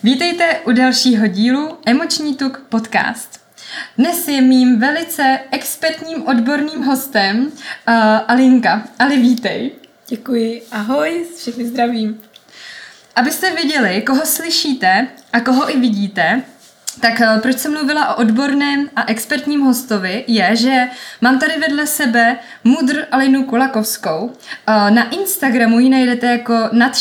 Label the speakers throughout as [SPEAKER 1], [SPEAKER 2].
[SPEAKER 1] Vítejte u dalšího dílu Emoční tuk podcast. Dnes je mým velice expertním odborným hostem Alinka. Ali, vítej.
[SPEAKER 2] Děkuji, ahoj, všechny zdravím.
[SPEAKER 1] Abyste viděli, koho slyšíte a koho i vidíte, tak proč jsem mluvila o odborném a expertním hostovi je, že mám tady vedle sebe mudr Alinu Kulakovskou. Na Instagramu ji najdete jako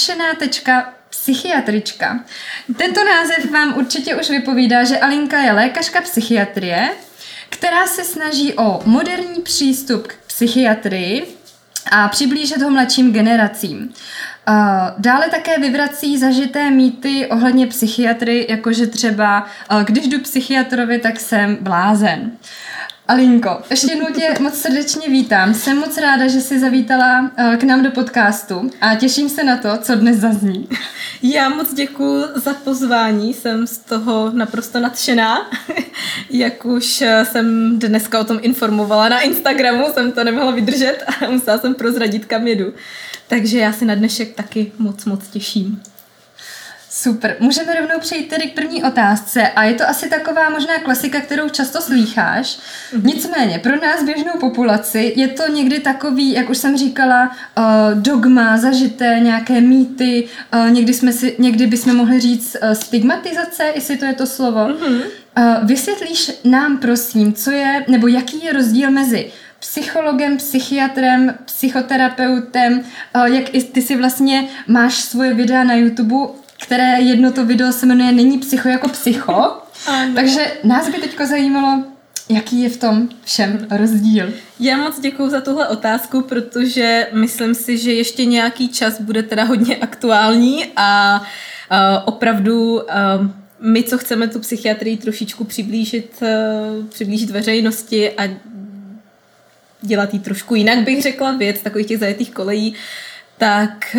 [SPEAKER 1] nadšená.psychiatrička. Tento název vám určitě už vypovídá, že Alinka je lékařka psychiatrie, která se snaží o moderní přístup k psychiatrii a přiblížit ho mladším generacím. Dále také vyvrací zažité mýty ohledně psychiatry, jakože třeba když jdu psychiatrovi, tak jsem blázen. Alinko, ještě jednou tě moc srdečně vítám. Jsem moc ráda, že jsi zavítala k nám do podcastu a těším se na to, co dnes zazní.
[SPEAKER 2] Já moc děkuji za pozvání, jsem z toho naprosto nadšená. Jak už jsem dneska o tom informovala na Instagramu, jsem to nemohla vydržet a musela jsem prozradit, kam jedu. Takže já se na dnešek taky moc těším.
[SPEAKER 1] Super, můžeme rovnou přejít tedy k první otázce a je to asi taková možná klasika, kterou často slýcháš. Nicméně pro nás běžnou populaci je to někdy takový, jak už jsem říkala, dogma, zažité, nějaké mýty, někdy bychom mohli říct stigmatizace, jestli to je to slovo. Vysvětlíš nám prosím, co je, nebo jaký je rozdíl mezi psychologem, psychiatrem, psychoterapeutem, jak i ty si vlastně máš svoje videa na YouTube, které jedno to video se jmenuje Není psycho jako psycho. Takže nás by teďko zajímalo, jaký je v tom všem rozdíl.
[SPEAKER 2] Já moc děkuju za tuhle otázku, protože myslím si, že ještě nějaký čas bude teda hodně aktuální a opravdu my, co chceme tu psychiatrii trošičku přiblížit veřejnosti a dělat jí trošku jinak, bych řekla, věc takových těch zajetých kolejí, tak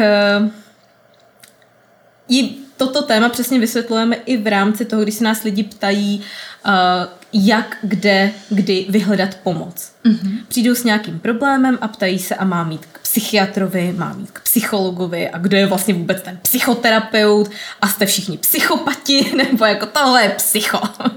[SPEAKER 2] toto téma přesně vysvětlujeme i v rámci toho, když se nás lidi ptají, jak, kde, kdy vyhledat pomoc. Přijdou s nějakým problémem a ptají se a mám jít k psychiatrovi, mám jít k psychologovi a kdo je vlastně vůbec ten psychoterapeut a jste všichni psychopati, nebo jako tohle je psycho.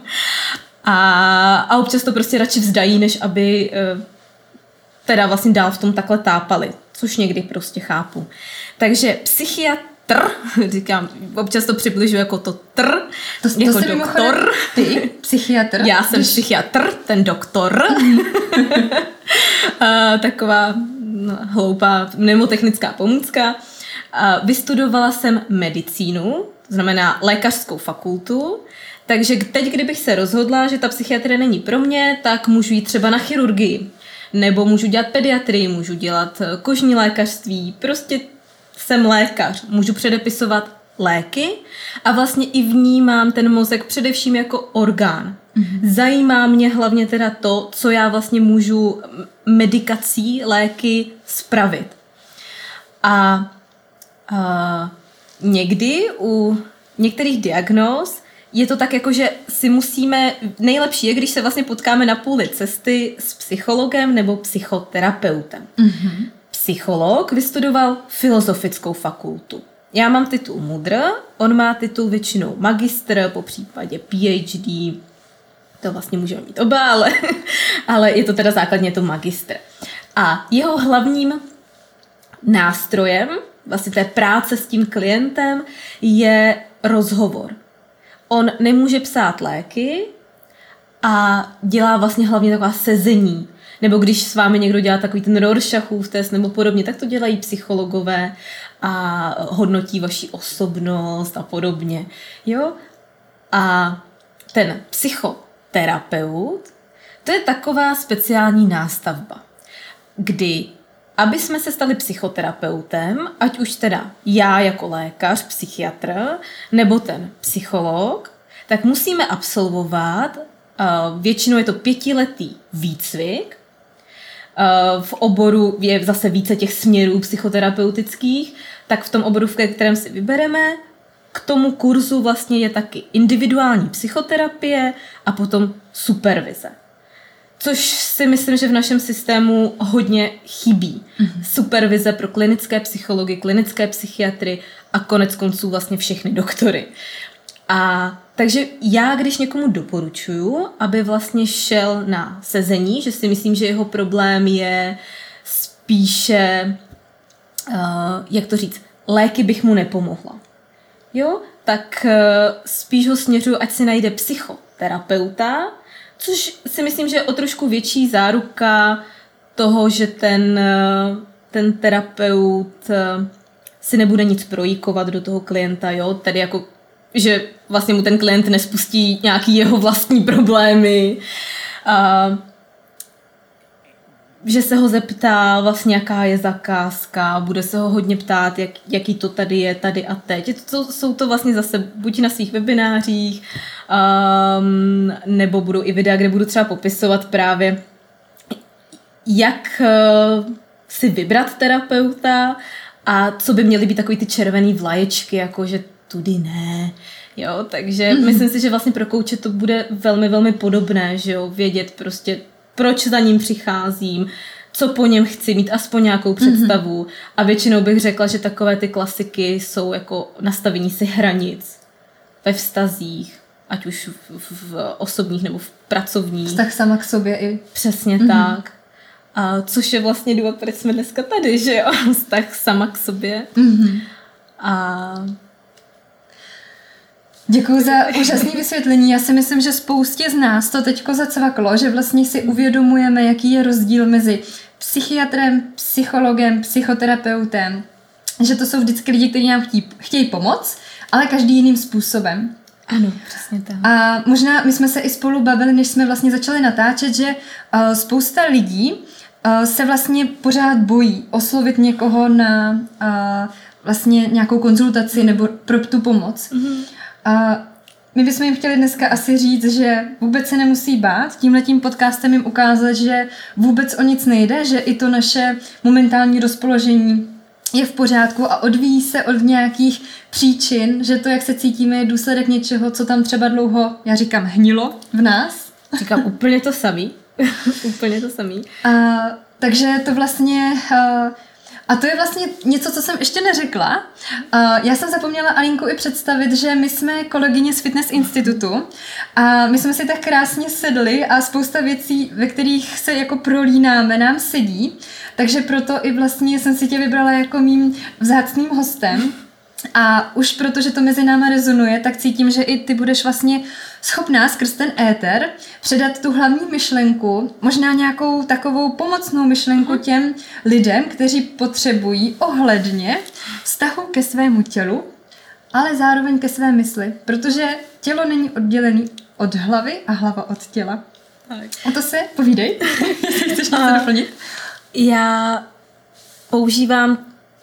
[SPEAKER 2] A občas to prostě radši vzdají, než aby teda vlastně dál v tom takhle tápali, což někdy prostě chápu. Takže psychiatr, říkám, občas to přibližuji jako to jako doktor.
[SPEAKER 1] Ty, psychiatr.
[SPEAKER 2] Já jsem psychiatr, ten doktor. Taková hloupá mnemotechnická pomůcka. Vystudovala jsem medicínu, to znamená lékařskou fakultu, takže teď, kdybych se rozhodla, že ta psychiatrie není pro mě, tak můžu jít třeba na chirurgii. Nebo můžu dělat pediatrii, můžu dělat kožní lékařství, prostě jsem lékař, můžu předepisovat léky a vlastně i vnímám ten mozek především jako orgán. Zajímá mě hlavně teda to, co já vlastně můžu medikací, léky spravit. A někdy u některých diagnóz je to tak jako, že si musíme, nejlepší je, když se vlastně potkáme na půli cesty s psychologem nebo psychoterapeutem. Psycholog vystudoval filozofickou fakultu. Já mám titul mudr, on má titul většinou magistr, po případě PhD, to vlastně můžeme mít oba, ale je to teda základně to magistr. A jeho hlavním nástrojem vlastně té práce s tím klientem je rozhovor. On nemůže psát léky a dělá vlastně hlavně taková sezení. Nebo když s vámi někdo dělá takový ten Rorschachův test nebo podobně, tak to dělají psychologové a hodnotí vaši osobnost a podobně. Jo? A ten psychoterapeut, to je taková speciální nástavba, kdy aby jsme se stali psychoterapeutem, ať už teda já jako lékař, psychiatr, nebo ten psycholog, tak musíme absolvovat, většinou je to 5letý výcvik, v oboru je zase více těch směrů psychoterapeutických, tak v tom oboru, v kterém si vybereme, k tomu kurzu vlastně je taky individuální psychoterapie a potom supervize. Což si myslím, že v našem systému hodně chybí. Supervize pro klinické psychology, klinické psychiatry a konec konců vlastně všechny doktory. A takže já, když někomu doporučuju, aby vlastně šel na sezení, že si myslím, že jeho problém je spíše, jak to říct, léky bych mu nepomohla. Jo, tak spíš ho směřuju, ať si najde psychoterapeuta, což si myslím, že je o trošku větší záruka toho, že ten terapeut si nebude nic projíkovat do toho klienta, jo, tedy jako, že vlastně mu ten klient nespustí nějaký jeho vlastní problémy, že se ho zeptá vlastně, jaká je zakázka, bude se ho hodně ptát, jaký to tady je, tady a teď. Jsou to vlastně zase buď na svých webinářích, nebo budou i videa, kde budu třeba popisovat právě, jak si vybrat terapeuta a co by měly být takový ty červený vlaječky, jako že tudy ne. Jo, takže myslím si, že vlastně pro kouče to bude velmi, velmi podobné, že jo, vědět prostě, proč za ním přicházím, co po něm chci mít, aspoň nějakou představu. A většinou bych řekla, že takové ty klasiky jsou jako nastavení si hranic ve vztazích, ať už v osobních nebo v pracovních.
[SPEAKER 1] Vztah sama k sobě i.
[SPEAKER 2] Přesně tak. A což je vlastně důvod, proč jsme dneska tady, že jo? Vztah sama k sobě. A
[SPEAKER 1] děkuji za úžasné vysvětlení. Já si myslím, že spoustě z nás to teďko zacvaklo, že vlastně si uvědomujeme, jaký je rozdíl mezi psychiatrem, psychologem, psychoterapeutem. Že to jsou vždycky lidi, kteří nám chtějí pomoct, ale každý jiným způsobem.
[SPEAKER 2] ano, přesně tak.
[SPEAKER 1] A možná my jsme se i spolu bavili, než jsme vlastně začali natáčet, že spousta lidí se vlastně pořád bojí oslovit někoho na vlastně nějakou konzultaci nebo pro tu pomoc. A my bychom jim chtěli dneska asi říct, že vůbec se nemusí bát. Tímhletím podcastem jim ukázat, že vůbec o nic nejde, že i to naše momentální rozpoložení je v pořádku a odvíjí se od nějakých příčin, že to, jak se cítíme, je důsledek něčeho, co tam třeba dlouho, já říkám, hnilo v nás.
[SPEAKER 2] Říkám úplně to samý. Úplně to samý.
[SPEAKER 1] Takže to vlastně... A to je vlastně něco, co jsem ještě neřekla. Já jsem zapomněla Alínku i představit, že my jsme kolegyně z Fitness Institutu a my jsme si tak krásně sedli a spousta věcí, ve kterých se jako prolínáme, nám sedí. Takže proto i vlastně jsem si tě vybrala jako mým vzácným hostem. A už protože to mezi náma rezonuje, tak cítím, že i ty budeš vlastně schopná skrz ten éter předat tu hlavní myšlenku, možná nějakou takovou pomocnou myšlenku těm lidem, kteří potřebují ohledně vztahu ke svému tělu, ale zároveň ke své mysli, protože tělo není oddělené od hlavy a hlava od těla.
[SPEAKER 2] Tak.
[SPEAKER 1] O to se povídej, jestli chceš něco doplnit.
[SPEAKER 2] Já používám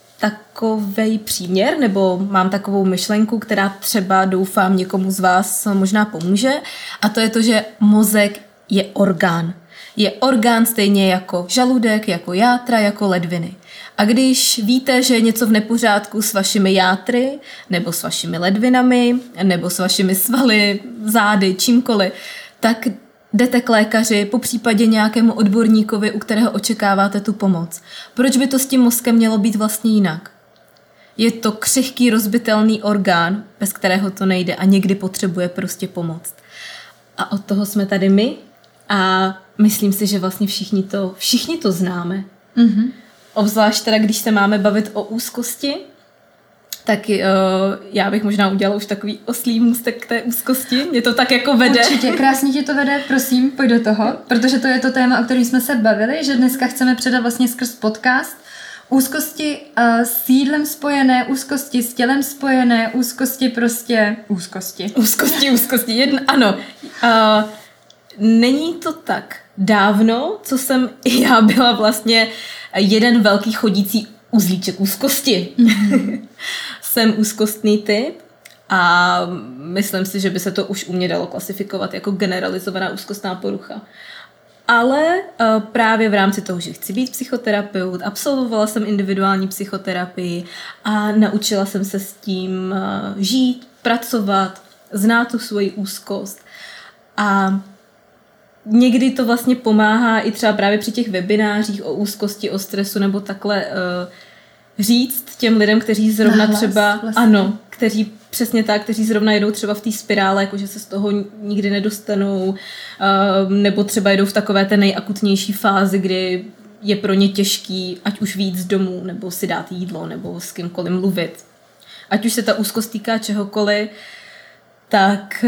[SPEAKER 2] takovej příměr, nebo mám takovou myšlenku, která třeba doufám někomu z vás možná pomůže, a to je to, že mozek je orgán. Je orgán stejně jako žaludek, jako játra, jako ledviny. A když víte, že je něco v nepořádku s vašimi játry, nebo s vašimi ledvinami, nebo s vašimi svaly, zády, čímkoliv, tak jdete k lékaři, popřípadě nějakému odborníkovi, u kterého očekáváte tu pomoc. Proč by to s tím mozkem mělo být vlastně jinak? Je to křehký, rozbitelný orgán, bez kterého to nejde a někdy potřebuje prostě pomoct. A od toho jsme tady my a myslím si, že vlastně všichni to známe. Obzvlášť teda, když se máme bavit o úzkosti, tak já bych možná udělala už takový oslý můstek k té úzkosti. Mě to tak jako vede.
[SPEAKER 1] Určitě, krásně ti to vede, prosím, pojď do toho, protože to je to téma, o kterém jsme se bavili, že dneska chceme předat vlastně skrz podcast úzkosti s jídlem spojené, úzkosti s tělem spojené, úzkosti prostě... Úzkosti.
[SPEAKER 2] Ano. Není to tak dávno, co jsem i já byla vlastně jeden velký chodící uzlíček úzkosti. Jsem úzkostný typ a myslím si, že by se to už u mě dalo klasifikovat jako generalizovaná úzkostná porucha. Ale právě v rámci toho, že chci být psychoterapeut, absolvovala jsem individuální psychoterapii a naučila jsem se s tím žít, pracovat, znát tu svoji úzkost. A někdy to vlastně pomáhá i třeba právě při těch webinářích o úzkosti, o stresu nebo takhle říct těm lidem, kteří zrovna třeba, vlastně. Ano, kteří přesně tak, kteří zrovna jedou třeba v té spirále, jakože se z toho nikdy nedostanou, nebo třeba jedou v takové té nejakutnější fázi, kdy je pro ně těžký, ať už vyjít z domu, nebo si dát jídlo, nebo s kýmkoliv mluvit. Ať už se ta úzkost týká čehokoliv, tak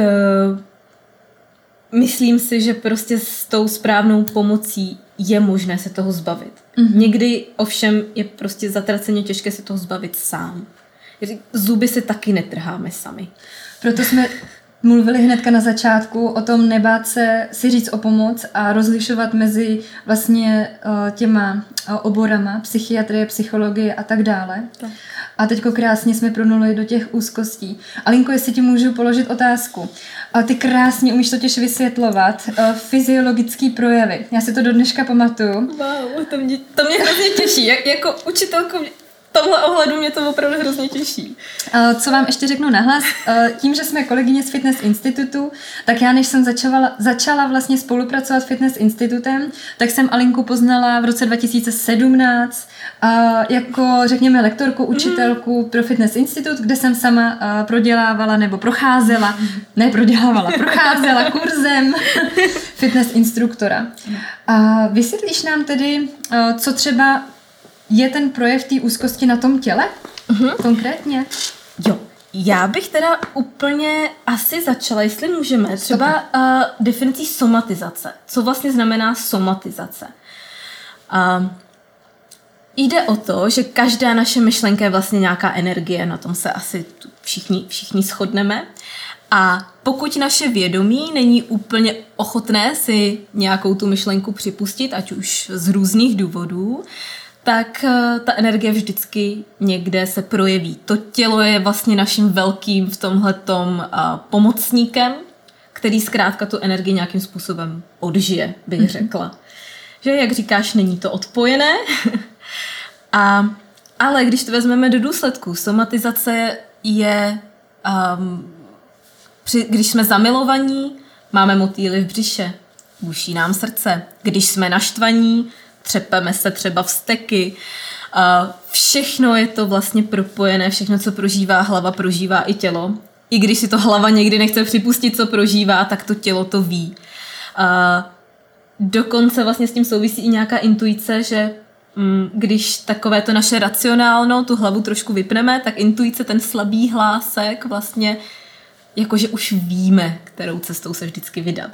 [SPEAKER 2] myslím si, že prostě s tou správnou pomocí je možné se toho zbavit. Někdy ovšem je prostě zatraceně těžké se toho zbavit sám. Zuby si taky netrháme sami.
[SPEAKER 1] Proto jsme mluvili hnedka na začátku o tom nebát se si říct o pomoc a rozlišovat mezi vlastně těma oborama, psychiatrie, psychologie a tak dále.
[SPEAKER 2] Tak.
[SPEAKER 1] A teďko krásně jsme pronuli do těch úzkostí. Alinko, jestli ti můžu položit otázku. Ty krásně umíš totiž vysvětlovat fyziologický projevy. Já si to do dneška pamatuju.
[SPEAKER 2] Wow, to mě hrozně těší. Jako učitelku v tomhle ohledu mě to opravdu hrozně těší.
[SPEAKER 1] Co vám ještě řeknu nahlas, tím, že jsme kolegyně z Fitness Institutu, tak já než jsem začala vlastně spolupracovat s Fitness Institutem, tak jsem Alinku poznala v roce 2017 jako, řekněme, lektorku, učitelku pro Fitness Institut, kde jsem sama prodělávala nebo procházela kurzem fitness instruktora. Vysvětlíš nám tedy, co třeba je ten projev té úzkosti na tom těle? Konkrétně?
[SPEAKER 2] Jo, já bych teda úplně asi začala, jestli můžeme, třeba definicí somatizace. Co vlastně znamená somatizace? Jde o to, že každá naše myšlenka je vlastně nějaká energie, na tom se asi všichni shodneme. A pokud naše vědomí není úplně ochotné si nějakou tu myšlenku připustit, ať už z různých důvodů, tak ta energie vždycky někde se projeví. To tělo je vlastně naším velkým v tomhletom pomocníkem, který zkrátka tu energii nějakým způsobem odžije, bych řekla. Že, jak říkáš, není to odpojené, ale když to vezmeme do důsledku, somatizace je, když jsme zamilovaní, máme motýly v břiše, buší nám srdce. Když jsme naštvaní, třepeme se třeba vzteky. Všechno je to vlastně propojené, všechno, co prožívá hlava, prožívá i tělo. I když si to hlava někdy nechce připustit, co prožívá, tak to tělo to ví. Dokonce vlastně s tím souvisí i nějaká intuice, že když takové to naše racionálno, tu hlavu trošku vypneme, tak intuice, ten slabý hlásek vlastně, jakože už víme, kterou cestou se vždycky vydat.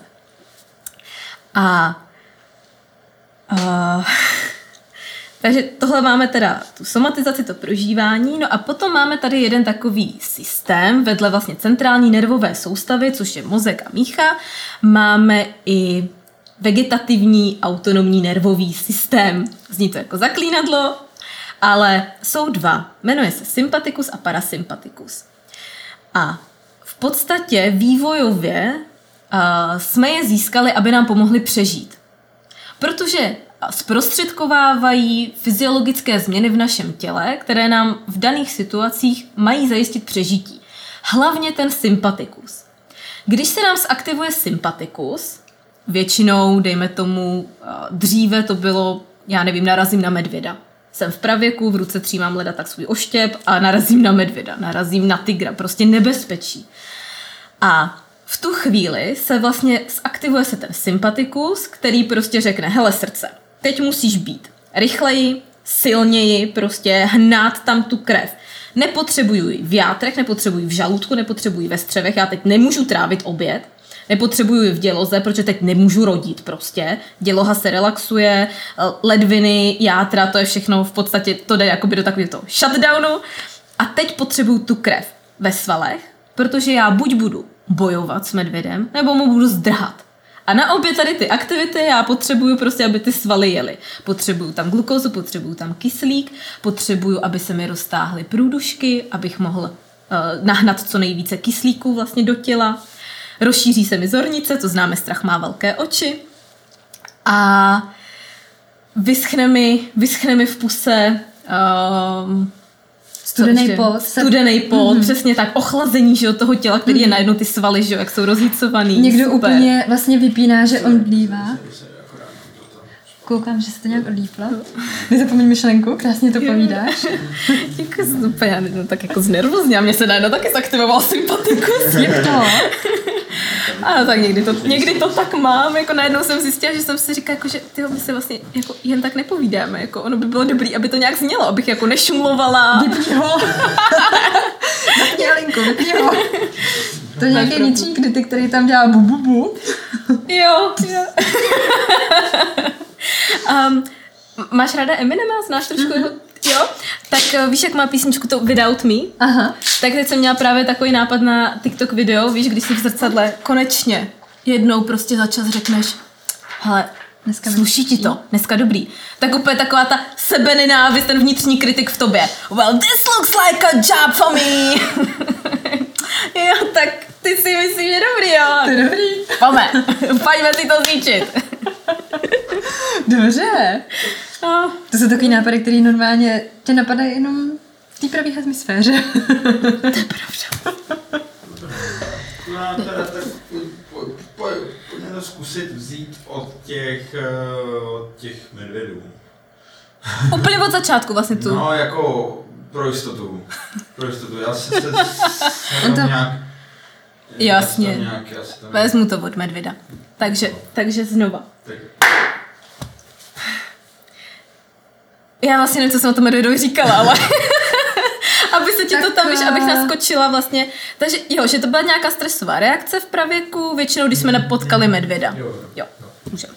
[SPEAKER 2] Takže tohle máme teda tu somatizaci, to prožívání, no a potom máme tady jeden takový systém vedle vlastně centrální nervové soustavy, což je mozek a mícha, máme i vegetativní autonomní nervový systém. Zní to jako zaklínadlo, ale jsou dva. Jmenuje se sympatikus a parasympatikus. A v podstatě vývojově jsme je získali, aby nám pomohli přežít. Protože zprostředkovávají fyziologické změny v našem těle, které nám v daných situacích mají zajistit přežití. Hlavně ten sympatikus. Když se nám zaktivuje sympatikus, většinou, dejme tomu, dříve to bylo, já nevím, narazím na medvěda. Jsem v pravěku, v ruce třímám leda tak svůj oštěp a narazím na medvěda, narazím na tygra, prostě nebezpečí. A v tu chvíli se vlastně zaktivuje se ten sympatikus, který prostě řekne, hele srdce, teď musíš být rychleji, silněji, prostě hnát tam tu krev. Nepotřebuju ji v játrech, nepotřebuji v žaludku, nepotřebuji ve střevech, já teď nemůžu trávit oběd, nepotřebuju ji v děloze, protože teď nemůžu rodit prostě. Děloha se relaxuje, ledviny, játra, to je všechno v podstatě, to jde jakoby do takového toho shutdownu. A teď potřebuju tu krev ve svalech, protože já buď budu bojovat s medvědem, nebo mu budu zdrhat. A na obě tady ty aktivity já potřebuju prostě, aby ty svaly jely. Potřebuju tam glukózu, potřebuju tam kyslík, potřebuju, aby se mi roztáhly průdušky, abych mohl nahnat co nejvíce kyslíku vlastně do těla. Rozšíří se mi zornice, to známe, strach má velké oči. A vyschne mi v puse Studený pot, přesně tak, ochlazení, že, toho těla, který je najednou ty svaly, že, jak jsou rozhýcovaný.
[SPEAKER 1] Někdo super. Úplně vlastně vypíná, že omdlívá. Koukám, že se to nějak odlípla. Nezapomeň myšlenku, krásně to povídáš.
[SPEAKER 2] Jako úplně, no, tak jako znervozně, mě se najednou taky zaktivoval sympatikus.
[SPEAKER 1] Je to?
[SPEAKER 2] A tak někdy to tak mám, jako najednou jsem zjistila, že jsem si říkala, jako, že my se vlastně jako jen tak nepovídáme, jako ono by bylo dobrý, aby to nějak znělo, abych jako nešumlovala.
[SPEAKER 1] Vypni ho. Zapni Alinku, vypni ho. To je nějaký vnitřní kritik, který tam dělá bu.
[SPEAKER 2] Jo. Máš ráda Eminema? Znáš trošku jeho? Jo? Tak víš, jak má písničku to Without Me?
[SPEAKER 1] Aha.
[SPEAKER 2] Tak teď jsem měla právě takový nápad na TikTok video, víš, když si v zrcadle konečně jednou prostě za čas řekneš, hele, dneska sluší ti to, dneska dobrý. Tak úplně taková ta sebenenávist, ten vnitřní kritik v tobě. Well, this looks like a job for me. Jo, tak ty si myslíš, že dobrý, jo?
[SPEAKER 1] To je dobrý.
[SPEAKER 2] Pojďme si to zničit.
[SPEAKER 1] Dobře.
[SPEAKER 2] No.
[SPEAKER 1] To jsou takový nápady, který normálně tě napadají jenom v té pravý hemisféře.
[SPEAKER 2] To je pravda.
[SPEAKER 3] No, teda tak pojďme to zkusit vzít od těch medvědů.
[SPEAKER 2] Úplně od začátku vlastně tu.
[SPEAKER 3] No, jako pro jistotu. Já se nějak...
[SPEAKER 2] Jasně. Vezmu to od medvěda. Takže znova.
[SPEAKER 3] Tak.
[SPEAKER 2] Já vlastně nevím, co jsem na tom medvědovi říkala, ale... aby se ti to tam, víš, abych naskočila vlastně. Takže jo, že to byla nějaká stresová reakce v pravěku, většinou, když jsme potkali medvěda. Jo, můžeme.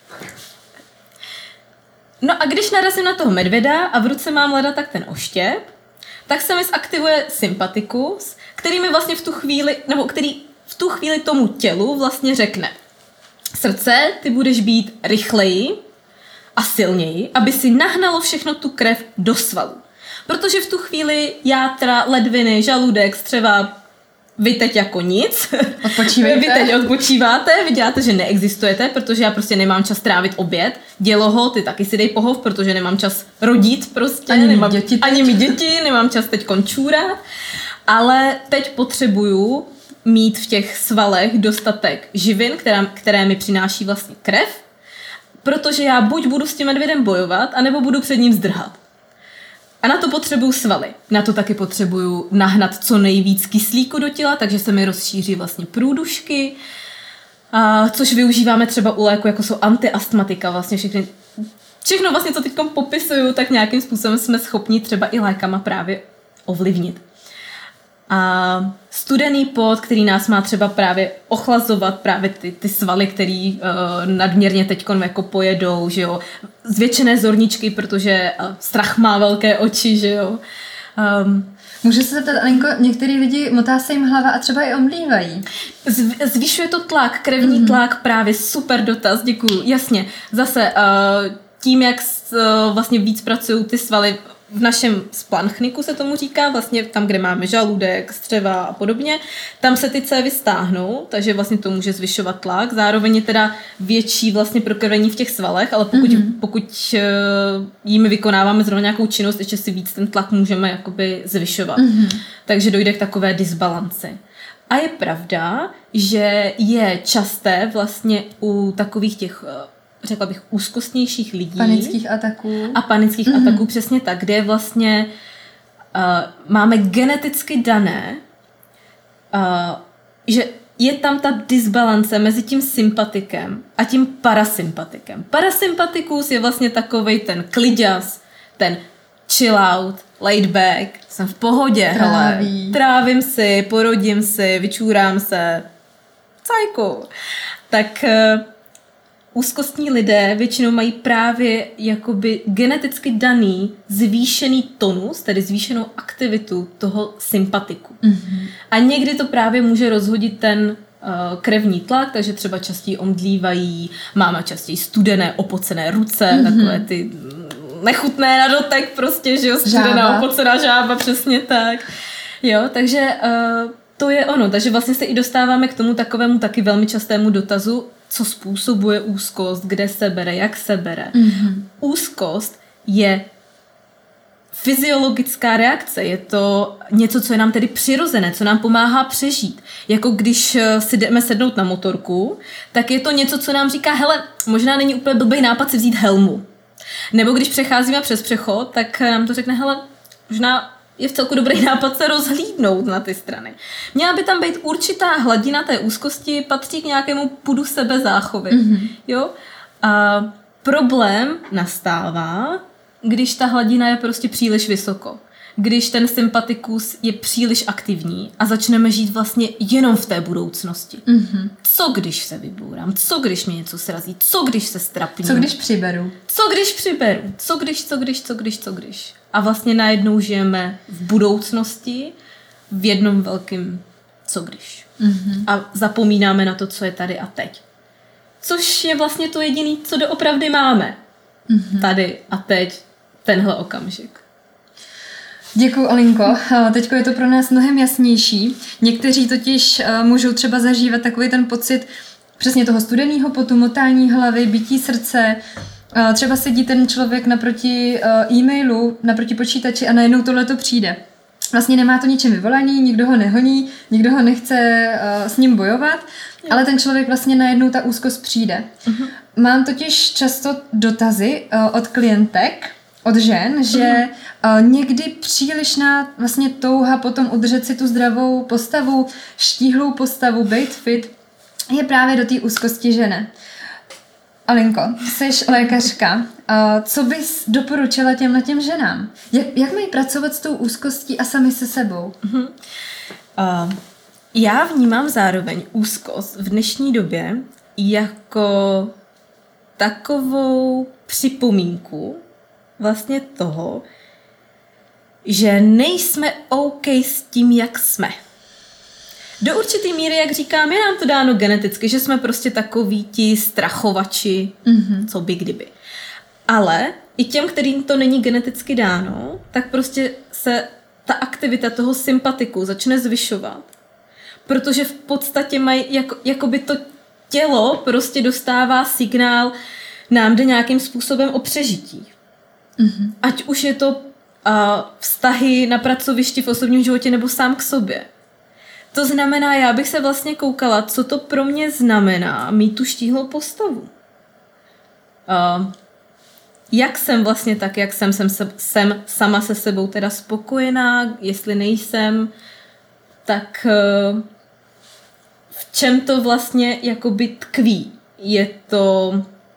[SPEAKER 2] No a když narazím na toho medvěda a v ruce mám leda tak ten oštěp, tak se mi zaktivuje sympatikus, který mi vlastně v tu chvíli, nebo který v tu chvíli tomu tělu vlastně řekne: srdce, ty budeš být rychleji a silněji, aby si nahnalo všechno tu krev do svalů. Protože v tu chvíli játra, ledviny, žaludek, střeva, vy teď jako nic.
[SPEAKER 1] Odpočívejte.
[SPEAKER 2] Vy teď odpočíváte, vy děláte, že neexistujete, protože já prostě nemám čas trávit oběd. Děloho, ty taky si dej pohov, protože nemám čas rodit prostě. Ani mít děti, nemám čas teď končůrat. Ale teď potřebuju mít v těch svalech dostatek živin, které mi přináší vlastně krev, protože já buď budu s tím medvědem bojovat, anebo budu před ním zdrhat. A na to potřebuju svaly. Na to taky potřebuju nahnat co nejvíc kyslíku do těla, takže se mi rozšíří vlastně průdušky, což využíváme třeba u léku, jako jsou antiastmatika, vlastně všechno vlastně, co teď popisuju, tak nějakým způsobem jsme schopni třeba i lékama právě ovlivnit. A studený pot, který nás má třeba právě ochlazovat právě ty svaly, který nadměrně teďkon jako pojedou, že jo. Zvětšené zorničky, protože strach má velké oči, že jo.
[SPEAKER 1] Můžu se zeptat, Alenko, některý lidi motá se jim hlava a třeba i omdlívají.
[SPEAKER 2] Zvyšuje to tlak, krevní tlak, právě super dotaz, děkuju. Jasně, zase tím, jak vlastně víc pracují ty svaly, v našem splanchniku se tomu říká, vlastně tam, kde máme žaludek, střeva a podobně, tam se ty cévy stáhnou, takže vlastně to může zvyšovat tlak. Zároveň je teda větší vlastně prokrvení v těch svalech, ale pokud jimi vykonáváme zrovna nějakou činnost, ještě si víc ten tlak můžeme jakoby zvyšovat. Takže dojde k takové disbalanci. A je pravda, že je časté vlastně u takových těch, řekla bych, úzkostnějších lidí.
[SPEAKER 1] Panických ataků.
[SPEAKER 2] A panických ataků, přesně tak, kde vlastně máme geneticky dané, že je tam ta disbalance mezi tím sympatikem a tím parasympatikem. Parasympatikus je vlastně takovej ten kliďas, ten chill out, laid back, jsem v pohodě, hele, trávím si, porodím si, vyčůrám se, cajku. Tak úzkostní lidé většinou mají právě jakoby geneticky daný zvýšený tonus, tedy zvýšenou aktivitu toho sympatiku. A někdy to právě může rozhodit ten krevní tlak, takže třeba častěji omdlívají, máme častěji studené, opocené ruce, takové ty nechutné na dotek prostě, že jo, studená, opocená žába, přesně tak. Jo, takže to je ono, takže vlastně se i dostáváme k tomu takovému taky velmi častému dotazu, co způsobuje úzkost, kde se bere, jak se bere. Úzkost je fyziologická reakce, je to něco, co je nám tedy přirozené, co nám pomáhá přežít. Jako když si jdeme sednout na motorku, tak je to něco, co nám říká, hele, možná není úplně blbý nápad si vzít helmu. Nebo když přecházíme přes přechod, tak nám to řekne, hele, možná je v celku dobrý nápad se rozhlídnout na ty strany. Měla by tam být určitá hladina té úzkosti, patří k nějakému půdu sebezáchovy. Jo? A problém nastává, když ta hladina je prostě příliš vysoko. Když ten sympatikus je příliš aktivní a začneme žít vlastně jenom v té budoucnosti. Co když se vybourám? Co když mě něco srazí? Co když se strapním?
[SPEAKER 1] Co když přiberu?
[SPEAKER 2] Co když? A vlastně najednou žijeme v budoucnosti, v jednom velkým co když. A zapomínáme na to, co je tady a teď. Což je vlastně to jediné, co doopravdy máme. Tady a teď, tenhle okamžik.
[SPEAKER 1] Děkuju, Alinko. Teďko je to pro nás mnohem jasnější. Někteří totiž můžou třeba zažívat takový ten pocit přesně toho studeného potu, motání hlavy, bití srdce. Třeba sedí ten člověk naproti e-mailu, naproti počítači a najednou tohleto přijde. Vlastně nemá to ničím vyvolaný, nikdo ho nehoní, nikdo ho nechce s ním bojovat, ale ten člověk vlastně najednou ta úzkost přijde. Mám totiž často dotazy od klientek, od žen, že někdy přílišná vlastně touha potom udržet si tu zdravou postavu, štíhlou postavu, být fit, je právě do té úzkosti žene. Alinko, jsi lékařka. Co bys doporučila těm ženám? Jak mají pracovat s tou úzkostí a sami se sebou?
[SPEAKER 2] Já vnímám zároveň úzkost v dnešní době jako takovou připomínku vlastně toho, že nejsme OK s tím, jak jsme. Do určitý míry, jak říkám, je nám to dáno geneticky, že jsme prostě takoví ti strachovači, co by kdyby. Ale i těm, kterým to není geneticky dáno, tak prostě se ta aktivita toho sympatiku začne zvyšovat. Protože v podstatě mají, jako by to tělo prostě dostává signál, nám jde nějakým způsobem o přežití. Ať už je to vztahy na pracovišti v osobním životě nebo sám k sobě. To znamená, já bych se vlastně koukala, co to pro mě znamená mít tu štíhlou postavu. Jak jsem vlastně tak, jak jsem sama se sebou teda spokojená, jestli nejsem, tak v čem to vlastně jakoby tkví. Je to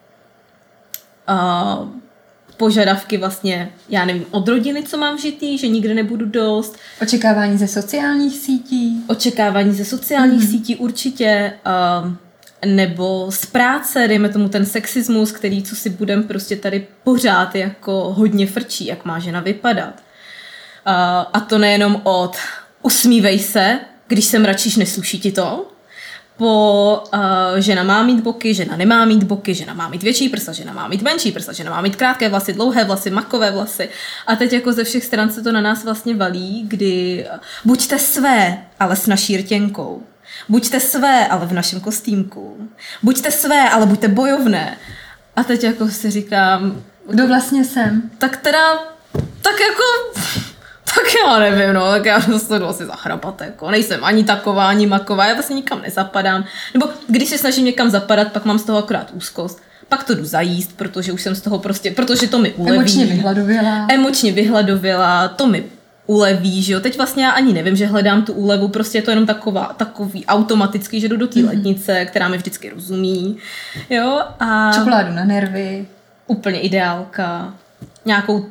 [SPEAKER 2] požadavky vlastně, já nevím, od rodiny, co mám vžitý, že nikde nebudu dost.
[SPEAKER 1] Očekávání ze sociálních sítí.
[SPEAKER 2] Sítí určitě. Nebo z práce, dejme tomu ten sexismus, který, co si budem prostě tady pořád jako hodně frčí, jak má žena vypadat. A to nejenom od usmívej se, když se mračíš, nesluší ti to, po žena má mít boky, žena nemá mít boky, žena má mít větší prsa, žena má mít menší prsa, žena má mít krátké vlasy, dlouhé vlasy, makové vlasy. A teď jako ze všech stran se to na nás vlastně valí, kdy buďte své, ale s naší rtěnkou. Buďte své, ale v našem kostýmku. Buďte své, ale buďte bojovné. A teď jako si říkám...
[SPEAKER 1] Kdo vlastně jsem?
[SPEAKER 2] Tak teda, tak já nevím, no, tak já se jdu asi zachrapat, jako. Nejsem ani taková, ani maková, já vlastně nikam nezapadám. Nebo když se snažím někam zapadat, pak mám z toho akorát úzkost. Pak to jdu zajíst, protože už jsem z toho prostě, protože to mi uleví. Emočně vyhladověla, to mi uleví, že jo. Teď vlastně já ani nevím, že hledám tu úlevu, prostě je to jenom takový automatický, že jdu do té lednice, která mi vždycky rozumí, jo. A
[SPEAKER 1] čokoládu na nervy.
[SPEAKER 2] Úplně ideálka. Nějakou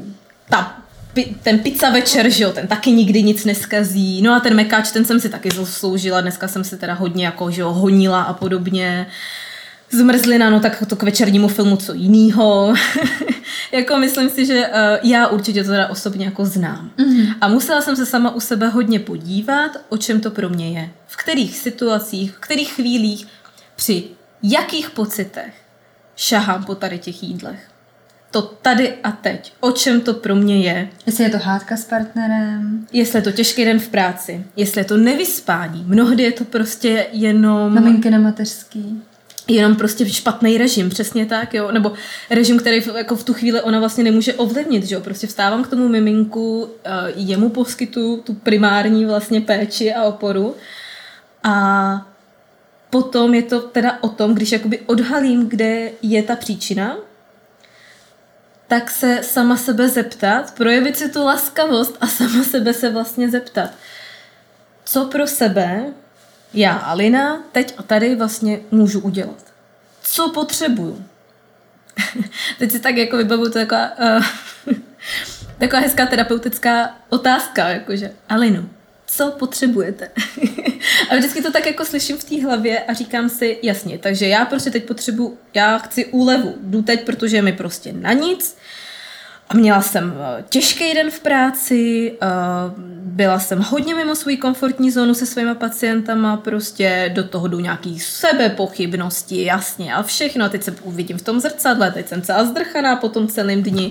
[SPEAKER 2] ten pizza večer, že jo, ten taky nikdy nic neskazí. No a ten mekáč, ten jsem si taky zasloužila, dneska jsem se teda hodně jako, že jo, honila a podobně. Zmrzlina, no tak to k večernímu filmu co jinýho. Jako myslím si, že já určitě to teda osobně jako znám. A musela jsem se sama u sebe hodně podívat, o čem to pro mě je. V kterých situacích, v kterých chvílích, při jakých pocitech šahám po tady těch jídlech. To tady a teď. O čem to pro mě je.
[SPEAKER 1] Jestli je to hádka s partnerem.
[SPEAKER 2] Jestli je to těžký den v práci. Jestli je to nevyspání. Mnohdy je to prostě jenom...
[SPEAKER 1] Maminky na mateřský.
[SPEAKER 2] jenom prostě špatný režim, přesně tak, jo, nebo režim, který jako v tu chvíli ona vlastně nemůže ovlivnit, že jo, prostě vstávám k tomu miminku, jemu poskytuju tu primární vlastně péči a oporu a potom je to teda o tom, když jakoby odhalím, kde je ta příčina, tak se sama sebe zeptat, projevit si tu laskavost a sama sebe se vlastně zeptat, co pro sebe já, Alina, teď a tady vlastně můžu udělat. Co potřebuju? Teď si tak jako vybavuju, to je taková hezká terapeutická otázka, jakože Alino, co potřebujete? A vždycky to tak jako slyším v té hlavě a říkám si, jasně, takže já prostě teď potřebuju, já chci úlevu, jdu teď, protože je mi prostě na nic. A měla jsem těžký den v práci, byla jsem hodně mimo svou komfortní zónu se svýma pacientama, prostě do toho jdu nějaký sebepochybnosti, jasně a všechno. A teď se uvidím v tom zrcadle, teď jsem celá zdrchaná po tom celém dni.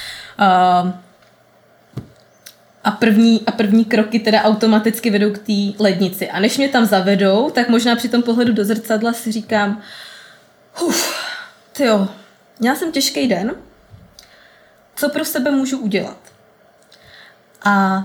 [SPEAKER 2] A první kroky teda automaticky vedou k té lednici. A než mě tam zavedou, tak možná při tom pohledu do zrcadla si říkám, tyjo, měla jsem těžký den, co pro sebe můžu udělat. A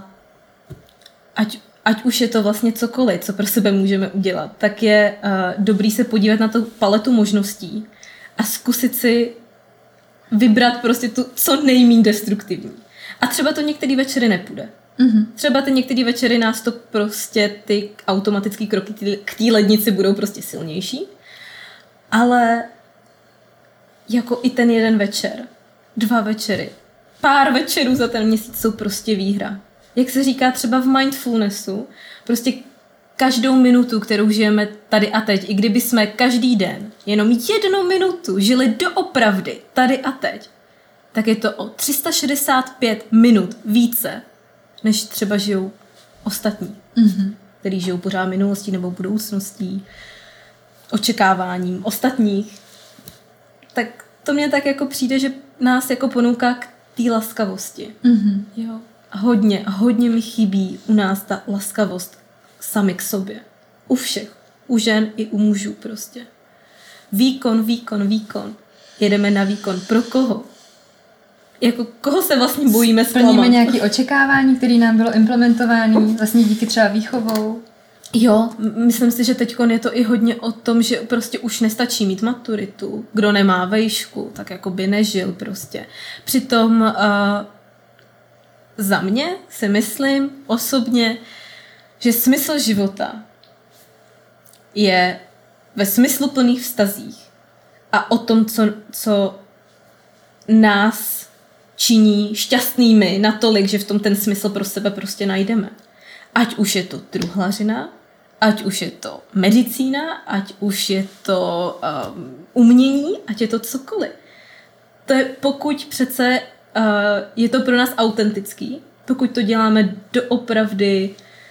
[SPEAKER 2] ať už je to vlastně cokoliv, co pro sebe můžeme udělat, tak je dobrý se podívat na tu paletu možností a zkusit si vybrat prostě tu co nejméně destruktivní. A třeba to některý večery nepůjde. Mm-hmm. Třeba ty některý večery nás to prostě ty automatický kroky k té lednici budou prostě silnější. Ale jako i ten jeden večer, 2 večery, pár večerů za ten měsíc jsou prostě výhra. Jak se říká třeba v mindfulnessu, prostě každou minutu, kterou žijeme tady a teď, i kdyby jsme každý den jenom 1 minutu žili doopravdy tady a teď, tak je to o 365 minut více, než třeba žijou ostatní, který žijou pořád minulostí nebo budoucností, očekáváním ostatních. Tak to mně tak jako přijde, že nás jako ponouká k té laskavosti. Mm-hmm. Jo. Hodně mi chybí u nás ta laskavost sami k sobě. U všech. U žen i u mužů prostě. Výkon. Jedeme na výkon. Pro koho? Jako koho se vlastně bojíme zklamat?
[SPEAKER 1] Splníme nějaké očekávání, které nám bylo implementováno vlastně díky třeba výchovou.
[SPEAKER 2] Jo, myslím si, že teďko je to i hodně o tom, že prostě už nestačí mít maturitu. Kdo nemá vejšku, tak jako by nežil prostě. Přitom za mě si myslím osobně, že smysl života je ve smysluplných vztazích a o tom, co nás činí šťastnými natolik, že v tom ten smysl pro sebe prostě najdeme. Ať už je to truhlařina, ať už je to medicína, ať už je to umění, ať je to cokoliv. To je, pokud přece je to pro nás autentický, pokud to děláme doopravdy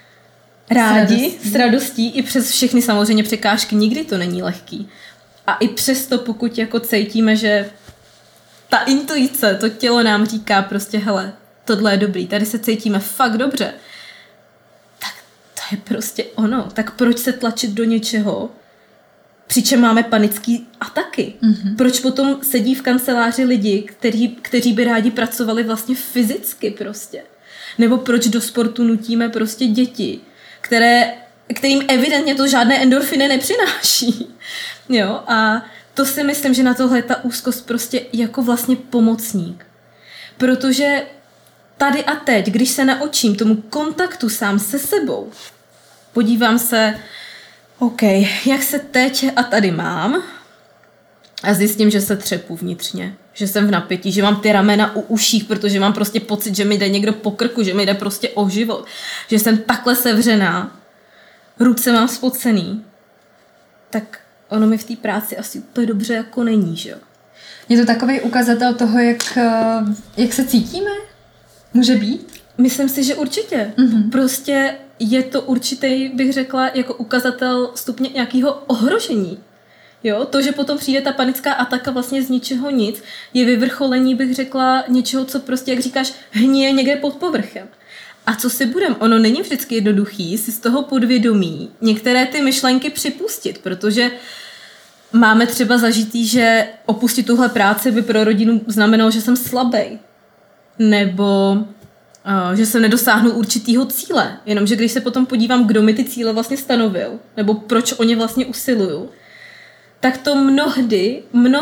[SPEAKER 2] rádi, s radostí, i přes všechny samozřejmě překážky, nikdy to není lehký. A i přesto, pokud jako cítíme, že ta intuice, to tělo nám říká prostě, hele, tohle je dobrý, tady se cítíme fakt dobře, tak to je prostě ono. Tak proč se tlačit do něčeho, přičem máme panický ataky? Mm-hmm. Proč potom sedí v kanceláři lidi, kteří by rádi pracovali vlastně fyzicky prostě? Nebo proč do sportu nutíme prostě děti, kterým evidentně to žádné endorfiny nepřináší? Jo, a to si myslím, že na tohle je ta úzkost prostě jako vlastně pomocník. Protože tady a teď, když se naučím tomu kontaktu sám se sebou, podívám se, OK, jak se teď a tady mám a zjistím, že se třepu vnitřně, že jsem v napětí, že mám ty ramena u uších, protože mám prostě pocit, že mi jde někdo po krku, že mi jde prostě o život, že jsem takhle sevřená, ruce mám spocený, tak ono mi v té práci asi úplně dobře jako není, že jo.
[SPEAKER 1] Je to takový ukazatel toho, jak se cítíme? Může být?
[SPEAKER 2] Myslím si, že určitě. Mm-hmm. Prostě je to určitý, bych řekla, jako ukazatel stupně nějakého ohrožení. Jo? To, že potom přijde ta panická ataka vlastně z ničeho nic, je vyvrcholení, bych řekla, něčeho, co prostě, jak říkáš, hníje někde pod povrchem. A co si budem? Ono není vždycky jednoduchý si z toho podvědomí některé ty myšlenky připustit, protože máme třeba zažitý, že opustit tuhle práci by pro rodinu znamenalo, že jsem slabý. Nebo že jsem nedosáhnul určitýho cíle. Jenomže když se potom podívám, kdo mi ty cíle vlastně stanovil, nebo proč o ně vlastně usiluju, tak to mnohdy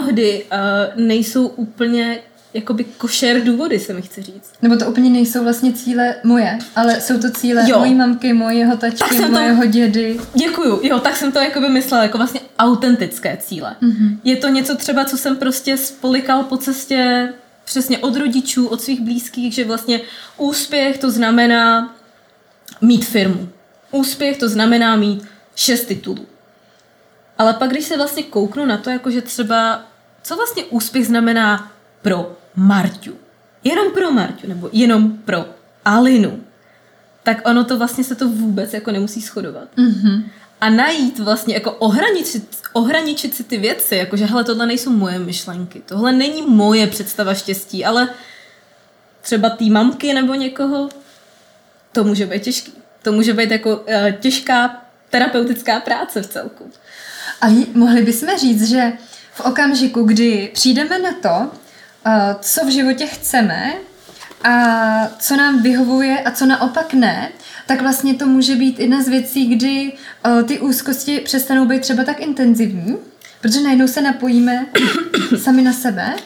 [SPEAKER 2] nejsou úplně jakoby košer důvody, se mi chce říct.
[SPEAKER 1] Nebo to úplně nejsou vlastně cíle moje, ale jsou to cíle mojí mamky, mojeho tačky, mojeho dědy.
[SPEAKER 2] Děkuju, jo, tak jsem to jakoby myslela, jako vlastně autentické cíle. Mm-hmm. Je to něco třeba, co jsem prostě spolikal po cestě přesně od rodičů, od svých blízkých, že vlastně úspěch to znamená mít firmu. Úspěch to znamená mít 6 titulů. Ale pak, když se vlastně kouknu na to, jakože třeba, co vlastně úspěch znamená pro Marťu. Jenom pro Marťu, nebo jenom pro Alinu. Tak ono to vlastně se to vůbec jako nemusí shodovat. Mm-hmm. A najít vlastně, jako ohraničit si ty věci, jakože hele, tohle nejsou moje myšlenky, tohle není moje představa štěstí, ale třeba té mamky nebo někoho, to může být těžký. To může být jako těžká terapeutická práce v celku.
[SPEAKER 1] A mohli bychom říct, že v okamžiku, kdy přijdeme na to, co v životě chceme a co nám vyhovuje a co naopak ne, tak vlastně to může být jedna z věcí, kdy ty úzkosti přestanou být třeba tak intenzivní, protože najednou se napojíme sami na sebe.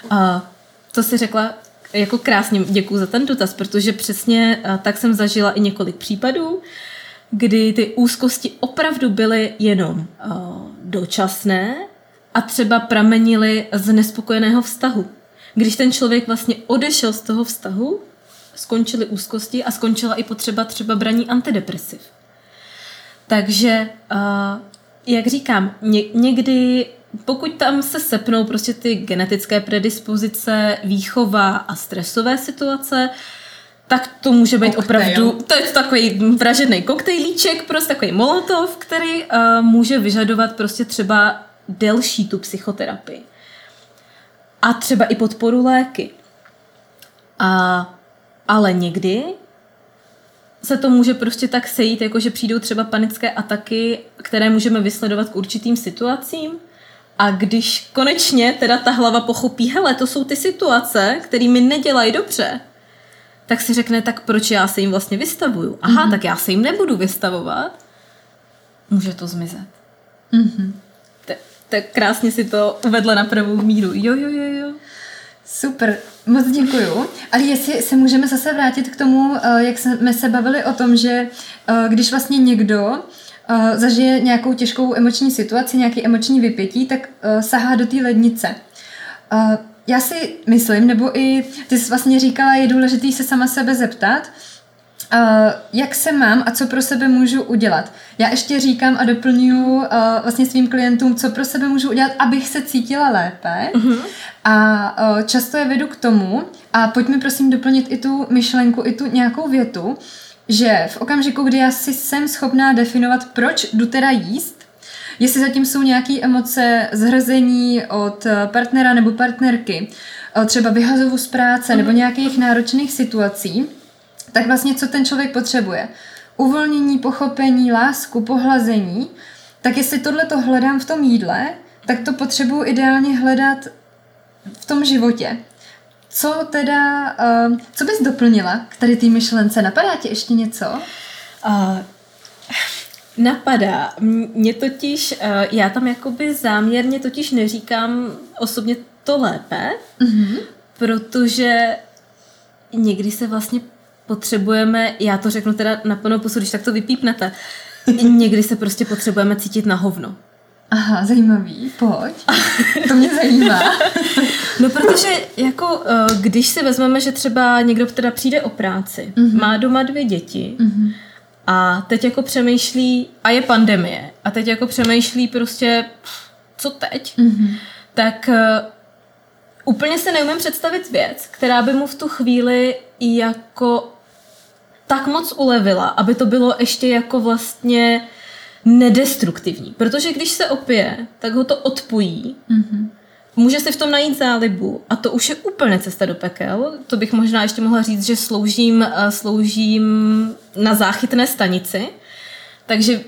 [SPEAKER 2] To jsi řekla jako krásně, děkuju za ten dotaz, protože přesně tak jsem zažila i několik případů, kdy ty úzkosti opravdu byly jenom dočasné a třeba pramenily z nespokojeného vztahu. Když ten člověk vlastně odešel z toho vztahu, skončily úzkosti a skončila i potřeba třeba braní antidepresiv. Takže, jak říkám, někdy, pokud tam se sepnou prostě ty genetické predispozice, výchova a stresové situace, tak to může být opravdu, to je takový vražedný koktejlíček, prostě takový molotov, který může vyžadovat prostě třeba delší tu psychoterapii. A třeba i podporu léky. Ale někdy se to může prostě tak sejít, jako že přijdou třeba panické ataky, které můžeme vysledovat k určitým situacím. A když konečně teda ta hlava pochopí, hele, to jsou ty situace, které mi nedělají dobře, tak si řekne, tak proč já se jim vlastně vystavuju? Aha, tak já se jim nebudu vystavovat. Může to zmizet. Mm-hmm. Tak krásně si to uvedla na pravou míru. Jo.
[SPEAKER 1] Super, moc děkuju. Ale jestli se můžeme zase vrátit k tomu, jak jsme se bavili o tom, že když vlastně někdo zažije nějakou těžkou emoční situaci, nějaký emoční vypětí, tak sahá do té lednice. Já si myslím, nebo i ty jsi vlastně říkala, je důležitý se sama sebe zeptat, jak se mám a co pro sebe můžu udělat. Já ještě říkám a doplňuji vlastně svým klientům, co pro sebe můžu udělat, abych se cítila lépe. Mm-hmm. A často je vedu k tomu, a pojďme prosím doplnit i tu myšlenku, i tu nějakou větu, že v okamžiku, kdy já si jsem schopná definovat, proč jdu teda jíst, jestli zatím jsou nějaké emoce zhrzení od partnera nebo partnerky, třeba vyhazovu z práce nebo nějakých náročných situací, tak vlastně co ten člověk potřebuje? Uvolnění, pochopení, lásku, pohlazení. Tak jestli tohleto hledám v tom jídle, tak to potřebuji ideálně hledat v tom životě. Co teda, co bys doplnila k tady té myšlence? Napadá ti ještě něco?
[SPEAKER 2] Napadá. Mě totiž, já tam jakoby záměrně totiž neříkám osobně to lépe, protože někdy se vlastně potřebujeme, já to řeknu teda na plnou pusu, když tak to vypípnete, někdy se prostě potřebujeme cítit na hovno.
[SPEAKER 1] Aha, zajímavý, pojď. To mě zajímá.
[SPEAKER 2] No protože jako, když si vezmeme, že třeba někdo teda přijde o práci, má doma 2 děti a teď jako přemýšlí, a je pandemie, a teď jako přemýšlí prostě, co teď, tak úplně se neumím představit věc, která by mu v tu chvíli jako tak moc ulevila, aby to bylo ještě jako vlastně nedestruktivní. Protože když se opije, tak ho to odpojí. Může si v tom najít zálibu a to už je úplně cesta do pekel. To bych možná ještě mohla říct, že sloužím na záchytné stanici. Takže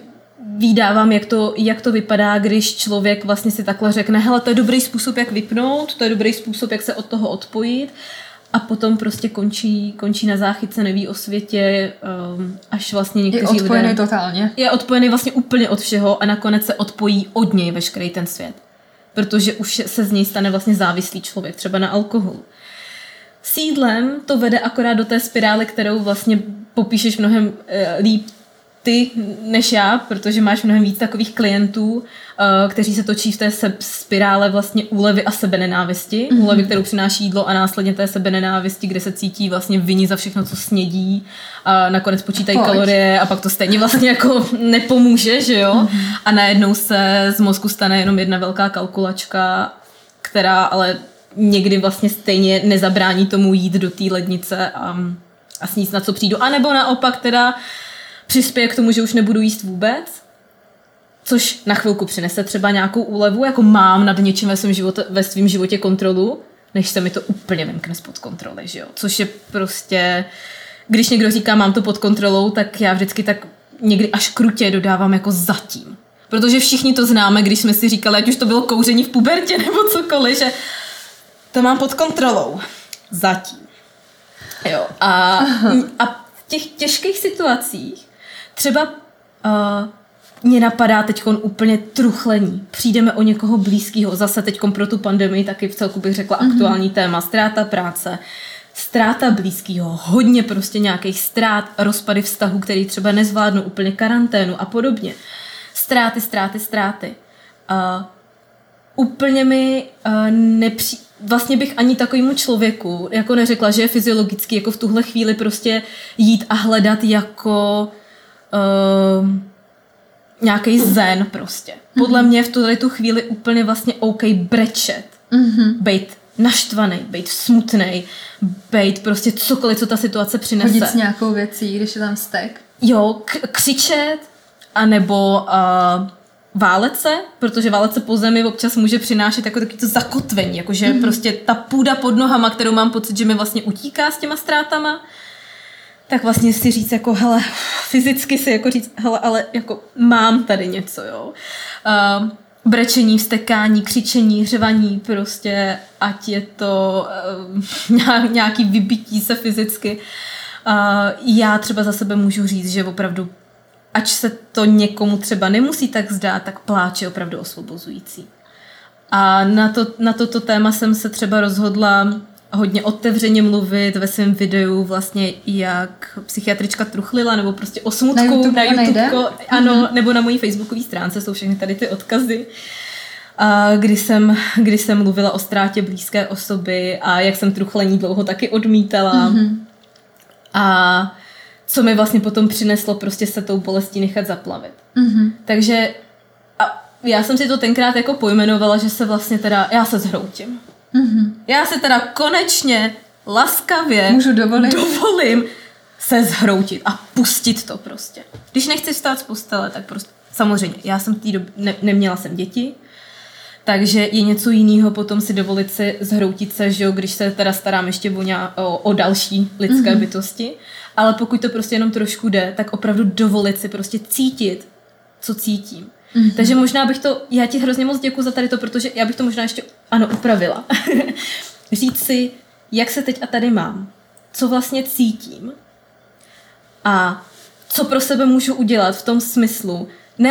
[SPEAKER 2] vídávám, jak to vypadá, když člověk vlastně si takhle řekne, hele, to je dobrý způsob, jak vypnout, to je dobrý způsob, jak se od toho odpojit a potom prostě končí na záchytce, neví o světě, až vlastně někteří lidé...
[SPEAKER 1] Je odpojený totálně.
[SPEAKER 2] Je odpojený vlastně úplně od všeho a nakonec se odpojí od něj veškerý ten svět. Protože už se z něj stane vlastně závislý člověk, třeba na alkoholu. S jídlem to vede akorát do té spirály, kterou vlastně popíšeš mnohem líp ty než já, protože máš mnohem víc takových klientů, kteří se točí v té spirále vlastně úlevy a sebenenávisti. Úlevy, kterou přináší jídlo a následně té sebenenávisti, kde se cítí vlastně vinni za všechno, co snědí a nakonec počítají kalorie a pak to stejně vlastně jako nepomůže, že jo? A najednou se z mozku stane jenom jedna velká kalkulačka, která ale někdy vlastně stejně nezabrání tomu jít do té lednice a sníst, na co přijdu. A nebo naopak teda přispěje k tomu, že už nebudu jíst vůbec, což na chvilku přinese třeba nějakou úlevu, jako mám nad něčím ve svém životě kontrolu, než se mi to úplně vymkne spod kontroly, že jo? Což je prostě, když někdo říká, mám to pod kontrolou, tak já vždycky tak někdy až krutě dodávám jako zatím. Protože všichni to známe, když jsme si říkali, ať už to bylo kouření v pubertě nebo cokoliv, že to mám pod kontrolou. Zatím. Jo. A v těch těžkých situacích třeba mě napadá teďkon úplně truchlení. Přijdeme o někoho blízkého. Zase teďkon pro tu pandemii taky v celku bych řekla aktuální téma. Ztráta práce, ztráta blízkého, hodně prostě nějakých ztrát, rozpady vztahů, který třeba nezvládnou úplně karanténu a podobně. Ztráty. Úplně mi vlastně bych ani takovému člověku jako neřekla, že je fyziologicky jako v tuhle chvíli prostě jít a hledat jako nějaký zen prostě. Podle mě v tu chvíli úplně vlastně OK brečet, bejt naštvaný, bejt smutnej, bejt prostě cokoliv, co ta situace přinese.
[SPEAKER 1] Hodit s nějakou věcí, když je tam vztek.
[SPEAKER 2] Jo, křičet, anebo válet se, protože válet se po zemi občas může přinášet jako taky to zakotvení, jakože prostě ta půda pod nohama, kterou mám pocit, že mi vlastně utíká s těma ztrátama, tak vlastně si říct jako, hele, fyzicky si jako říct, hele, ale jako mám tady něco, jo. Brečení, vztekání, křičení, řvaní, prostě, ať je to nějaký vybití se fyzicky. Já třeba za sebe můžu říct, že opravdu ač se to někomu třeba nemusí tak zdát, tak pláč je opravdu osvobozující. A na toto téma jsem se třeba rozhodla hodně otevřeně mluvit ve svém videu, vlastně jak psychiatrička truchlila, nebo prostě o smutku na YouTube, ano, nebo na mojí facebookové stránce jsou všechny tady ty odkazy. A kdy jsem mluvila o ztrátě blízké osoby a jak jsem truchlení dlouho taky odmítala. A co mi vlastně potom přineslo prostě se tou bolestí nechat zaplavit. Takže a já jsem si to tenkrát jako pojmenovala, že se vlastně teda, já se zhroutím. Já se teda konečně laskavě dovolím se zhroutit a pustit to prostě. Když nechci vstát z postele, tak prostě samozřejmě, já jsem v té době, neměla jsem děti, takže je něco jiného potom si dovolit si zhroutit se, že jo, když se teda starám ještě o další lidské bytosti. Ale pokud to prostě jenom trošku jde, tak opravdu dovolit si prostě cítit, co cítím. Takže možná bych to, já ti hrozně moc děkuju za tady to, protože já bych to možná ještě, upravila. Říct si, jak se teď a tady mám, co vlastně cítím a co pro sebe můžu udělat v tom smyslu,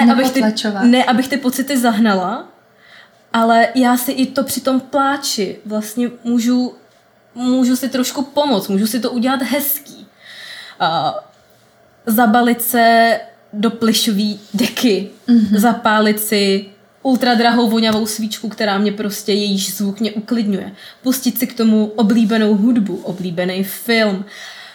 [SPEAKER 2] ne abych ty pocity zahnala, ale já si i to při tom pláči vlastně můžu si trošku pomoct, můžu si to udělat hezký. Zabalit se do plyšový deky, zapálit si ultradrahou vonavou svíčku, která mě prostě, jejíž zvuk mě uklidňuje. Pustit si k tomu oblíbenou hudbu, oblíbený film.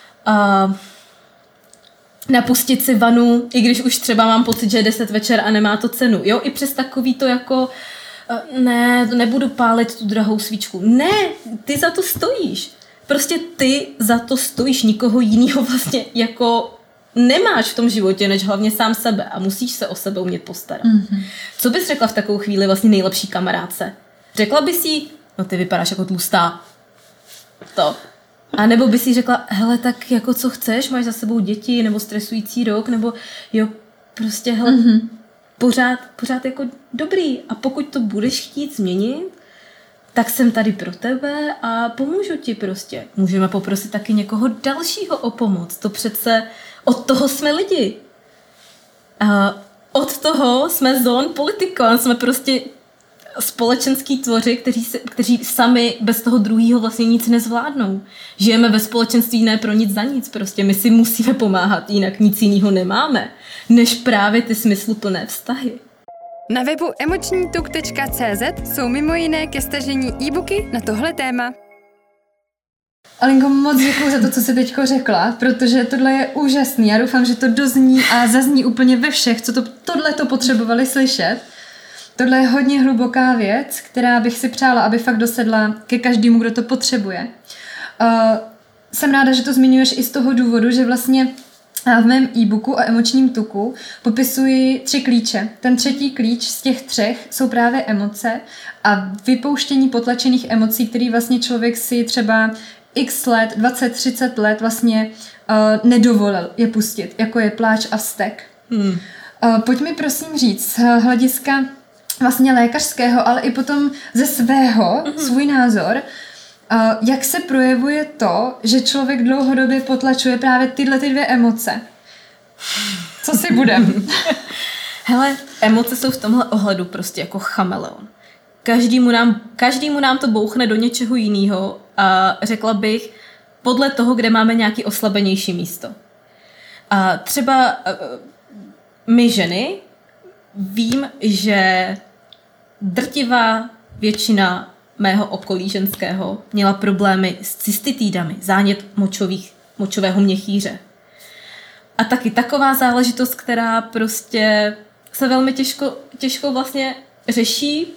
[SPEAKER 2] Napustit si vanu, i když už třeba mám pocit, že je 10 večer a nemá to cenu. Jo, i přes takový to jako ne, nebudu pálit tu drahou svíčku. Ne, ty za to stojíš. Prostě ty za to stojíš, nikoho jiného vlastně jako nemáš v tom životě, než hlavně sám sebe a musíš se o sebe umět postarat. Co bys řekla v takovou chvíli vlastně nejlepší kamarádce? Řekla bys jí, no ty vypadáš jako tlustá. To. A nebo bys jí řekla, hele, tak jako co chceš, máš za sebou děti, nebo stresující rok, nebo jo, prostě hele, pořád jako dobrý. A pokud to budeš chtít změnit, tak jsem tady pro tebe a pomůžu ti prostě. Můžeme poprosit taky někoho dalšího o pomoc. To přece od toho jsme lidi. A od toho jsme zón politikon, jsme prostě společenský tvoři, kteří sami bez toho druhého vlastně nic nezvládnou. Žijeme ve společenství ne pro nic za nic, prostě my si musíme pomáhat, jinak nic jiného nemáme, než právě ty smysluplné vztahy.
[SPEAKER 1] Na webu emočnituk.cz jsou mimo jiné ke stažení e-booky na tohle téma. Alinko, moc děkuji za to, co jsi teďko řekla, protože tohle je úžasný. Já doufám, že to dozní a zazní úplně ve všech, co tohle to potřebovali slyšet. Tohle je hodně hluboká věc, která bych si přála, aby fakt dosedla ke každému, kdo to potřebuje. Jsem ráda, že to zmiňuješ i z toho důvodu, že vlastně v mém e-booku o emočním tuku popisuji 3 klíče. Ten 3. klíč z těch 3 jsou právě emoce a vypouštění potlačených emocí, který vlastně člověk si třeba x let, 20-30 let vlastně nedovolil je pustit, jako je pláč a vztek. Pojď mi prosím říct z hlediska vlastně lékařského, ale i potom ze svůj názor, jak se projevuje to, že člověk dlouhodobě potlačuje právě tyhle 2 emoce? Co si budem?
[SPEAKER 2] Hele, emoce jsou v tomhle ohledu prostě jako chameleon. Každému nám to bouchne do něčeho jiného a řekla bych podle toho, kde máme nějaký oslabenější místo. A třeba my ženy vím, že drtivá většina mého okolí ženského měla problémy s cystitidami, zánět močového měchýře. A taky taková záležitost, která prostě se velmi těžko vlastně řeší.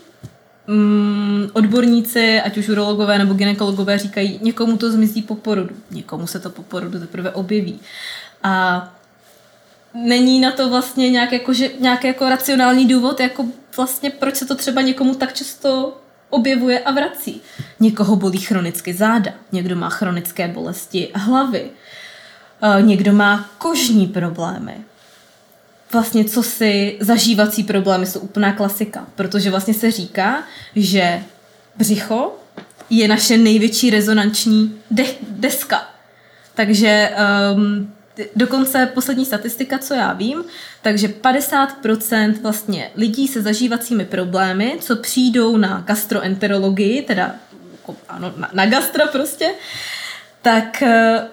[SPEAKER 2] Odborníci, ať už urologové nebo gynekologové říkají, někomu to zmizí po porodu, někomu se to po porodu teprve objeví. A není na to vlastně nějaký jako racionální důvod, jako vlastně proč se to třeba někomu tak často objevuje a vrací. Někoho bolí chronicky záda, někdo má chronické bolesti hlavy, někdo má kožní problémy. Vlastně zažívací problémy jsou úplná klasika, protože vlastně se říká, že břicho je naše největší rezonanční deska. Takže dokonce poslední statistika, co já vím, takže 50% vlastně lidí se zažívacími problémy, co přijdou na gastroenterologii, teda ano, na gastro prostě, tak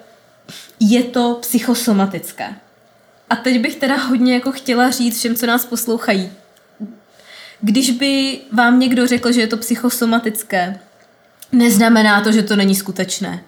[SPEAKER 2] je to psychosomatické. A teď bych teda hodně jako chtěla říct všem, co nás poslouchají. Když by vám někdo řekl, že je to psychosomatické, neznamená to, že to není skutečné.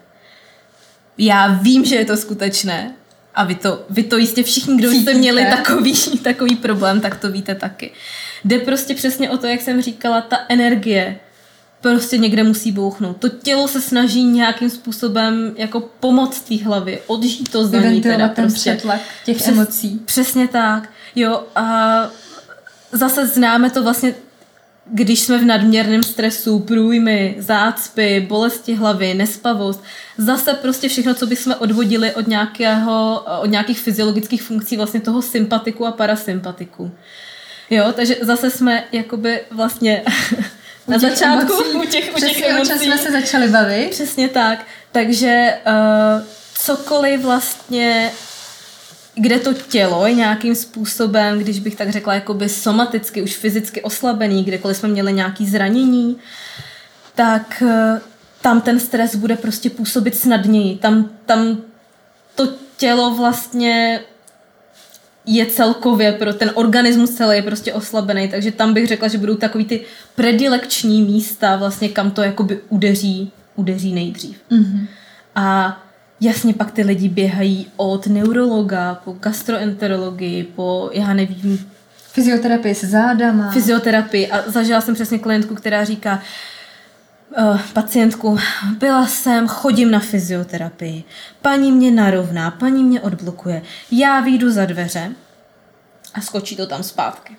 [SPEAKER 2] Já vím, že je to skutečné a vy to jistě všichni, kdo jste měli takový problém, tak to víte taky. Jde prostě přesně o to, jak jsem říkala, ta energie prostě někde musí bouchnout. To tělo se snaží nějakým způsobem jako pomoct té hlavě, odžít to za ní. Teda prostě
[SPEAKER 1] přetlak těch emocí.
[SPEAKER 2] Přesně tak. Jo, a zase známe to vlastně, když jsme v nadměrném stresu, průjmy, zácpy, bolesti hlavy, nespavost, zase prostě všechno, co bychom odvodili od nějakých fyziologických funkcí vlastně toho sympatiku a parasympatiku. Jo, takže zase jsme jakoby vlastně na začátku u těch emocí.
[SPEAKER 1] O čem jsme se začali bavit.
[SPEAKER 2] Přesně tak. Takže cokoliv vlastně, kde to tělo je nějakým způsobem, když bych tak řekla, jakoby somaticky, už fyzicky oslabený, kdekoliv jsme měli nějaké zranění, tak tam ten stres bude prostě působit snadněji. Tam to tělo vlastně je celkově, pro ten organismus celý je prostě oslabený, takže tam bych řekla, že budou takový ty predilekční místa, vlastně kam to jakoby udeří nejdřív. Mm-hmm. A jasně pak ty lidi běhají od neurologa po gastroenterologii, po, já nevím,
[SPEAKER 1] fyzioterapii se zádama.
[SPEAKER 2] Fyzioterapii a zažila jsem přesně klientku, která říká, pacientku, chodím na fyzioterapii, paní mě narovná, paní mě odblokuje, já vyjdu za dveře a skočí to tam zpátky.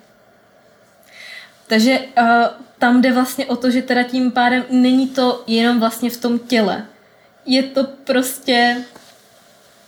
[SPEAKER 2] Takže tam jde vlastně o to, že teda tím pádem není to jenom vlastně v tom těle. Je to prostě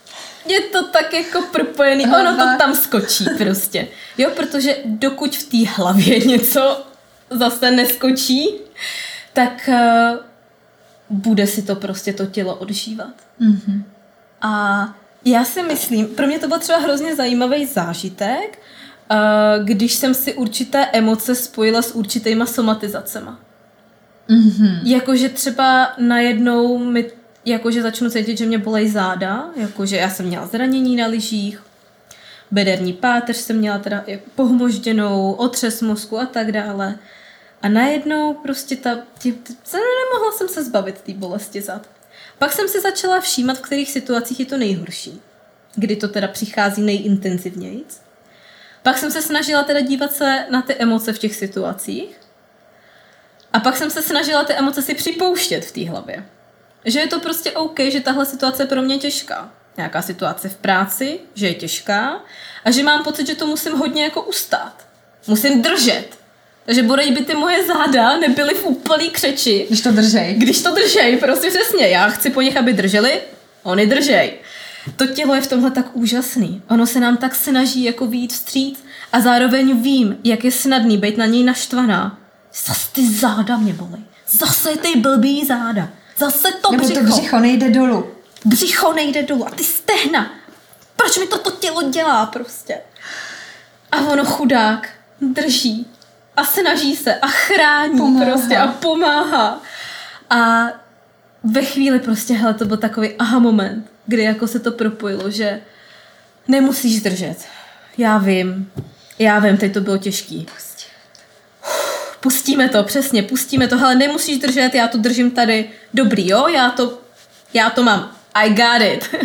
[SPEAKER 2] je to tak jako propojený, ono to tam skočí prostě. Jo, protože dokud v té hlavě něco zase neskočí, tak bude si to prostě to tělo odžívat.
[SPEAKER 1] Mm-hmm.
[SPEAKER 2] A já si myslím, pro mě to byl třeba hrozně zajímavý zážitek, když jsem si určité emoce spojila s určitýma somatizacema.
[SPEAKER 1] Mm-hmm.
[SPEAKER 2] Jakože třeba najednou mi jakože začnu cítit, že mě bolej záda, jakože já jsem měla zranění na lyžích, bederní páteř jsem měla teda pohmožděnou, otřes mozku a tak dále. A najednou prostě nemohla jsem se zbavit té bolesti zad. Pak jsem si začala všímat, v kterých situacích je to nejhorší. Kdy to teda přichází nejintenzivnějc. Pak jsem se snažila teda dívat se na ty emoce v těch situacích. A pak jsem se snažila ty emoce si připouštět v té hlavě. Že je to prostě OK, že tahle situace je pro mě těžká. Nějaká situace v práci, že je těžká a že mám pocit, že to musím hodně jako ustát. Musím držet. Takže bodej by ty moje záda nebyly v úplný křeči. Když to držej, prostě přesně. Já chci po nich, aby drželi, oni držej. To tělo je v tomhle tak úžasný. Ono se nám tak snaží jako vyjít vstříc a zároveň vím, jak je snadný být na něj naštvaná. Zase ty záda mě bolí. Zase ty blbý záda. Zase to
[SPEAKER 1] nebo
[SPEAKER 2] břicho.
[SPEAKER 1] Nebo to břicho nejde dolů.
[SPEAKER 2] Břicho nejde dolů a ty stehna. Proč mi to tělo dělá prostě? A ono chudák drží a snaží se a chrání prostě a pomáhá. A ve chvíli prostě, hele, to byl takový aha moment, kdy jako se to propojilo, že nemusíš držet. Já vím, teď to bylo těžký. Pustíme to, přesně, pustíme to, hele, nemusíš držet, já to držím tady, dobrý, jo, já to mám, I got it.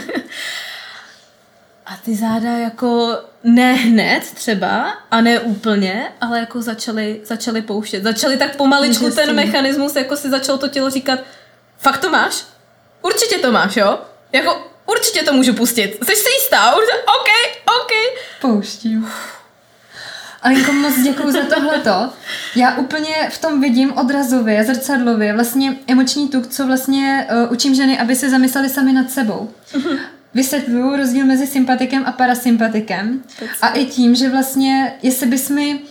[SPEAKER 2] A ty záda jako ne hned třeba, a ne úplně, ale jako začaly pouštět. Začaly tak pomaličku ten mechanismus, jako si začalo to tělo říkat, fakt to máš? Určitě to máš, jo? Jako určitě to můžu pustit. Jsi si jistá? OK.
[SPEAKER 1] Pouštím. Alinko, moc děkuju za tohleto. Já úplně v tom vidím odrazově, zrcadlově, vlastně emoční tuk, co vlastně učím ženy, aby se zamysleli sami nad sebou. Vysvětluju rozdíl mezi sympatikem a parasympatikem. A i tím, že vlastně, jestli bys mi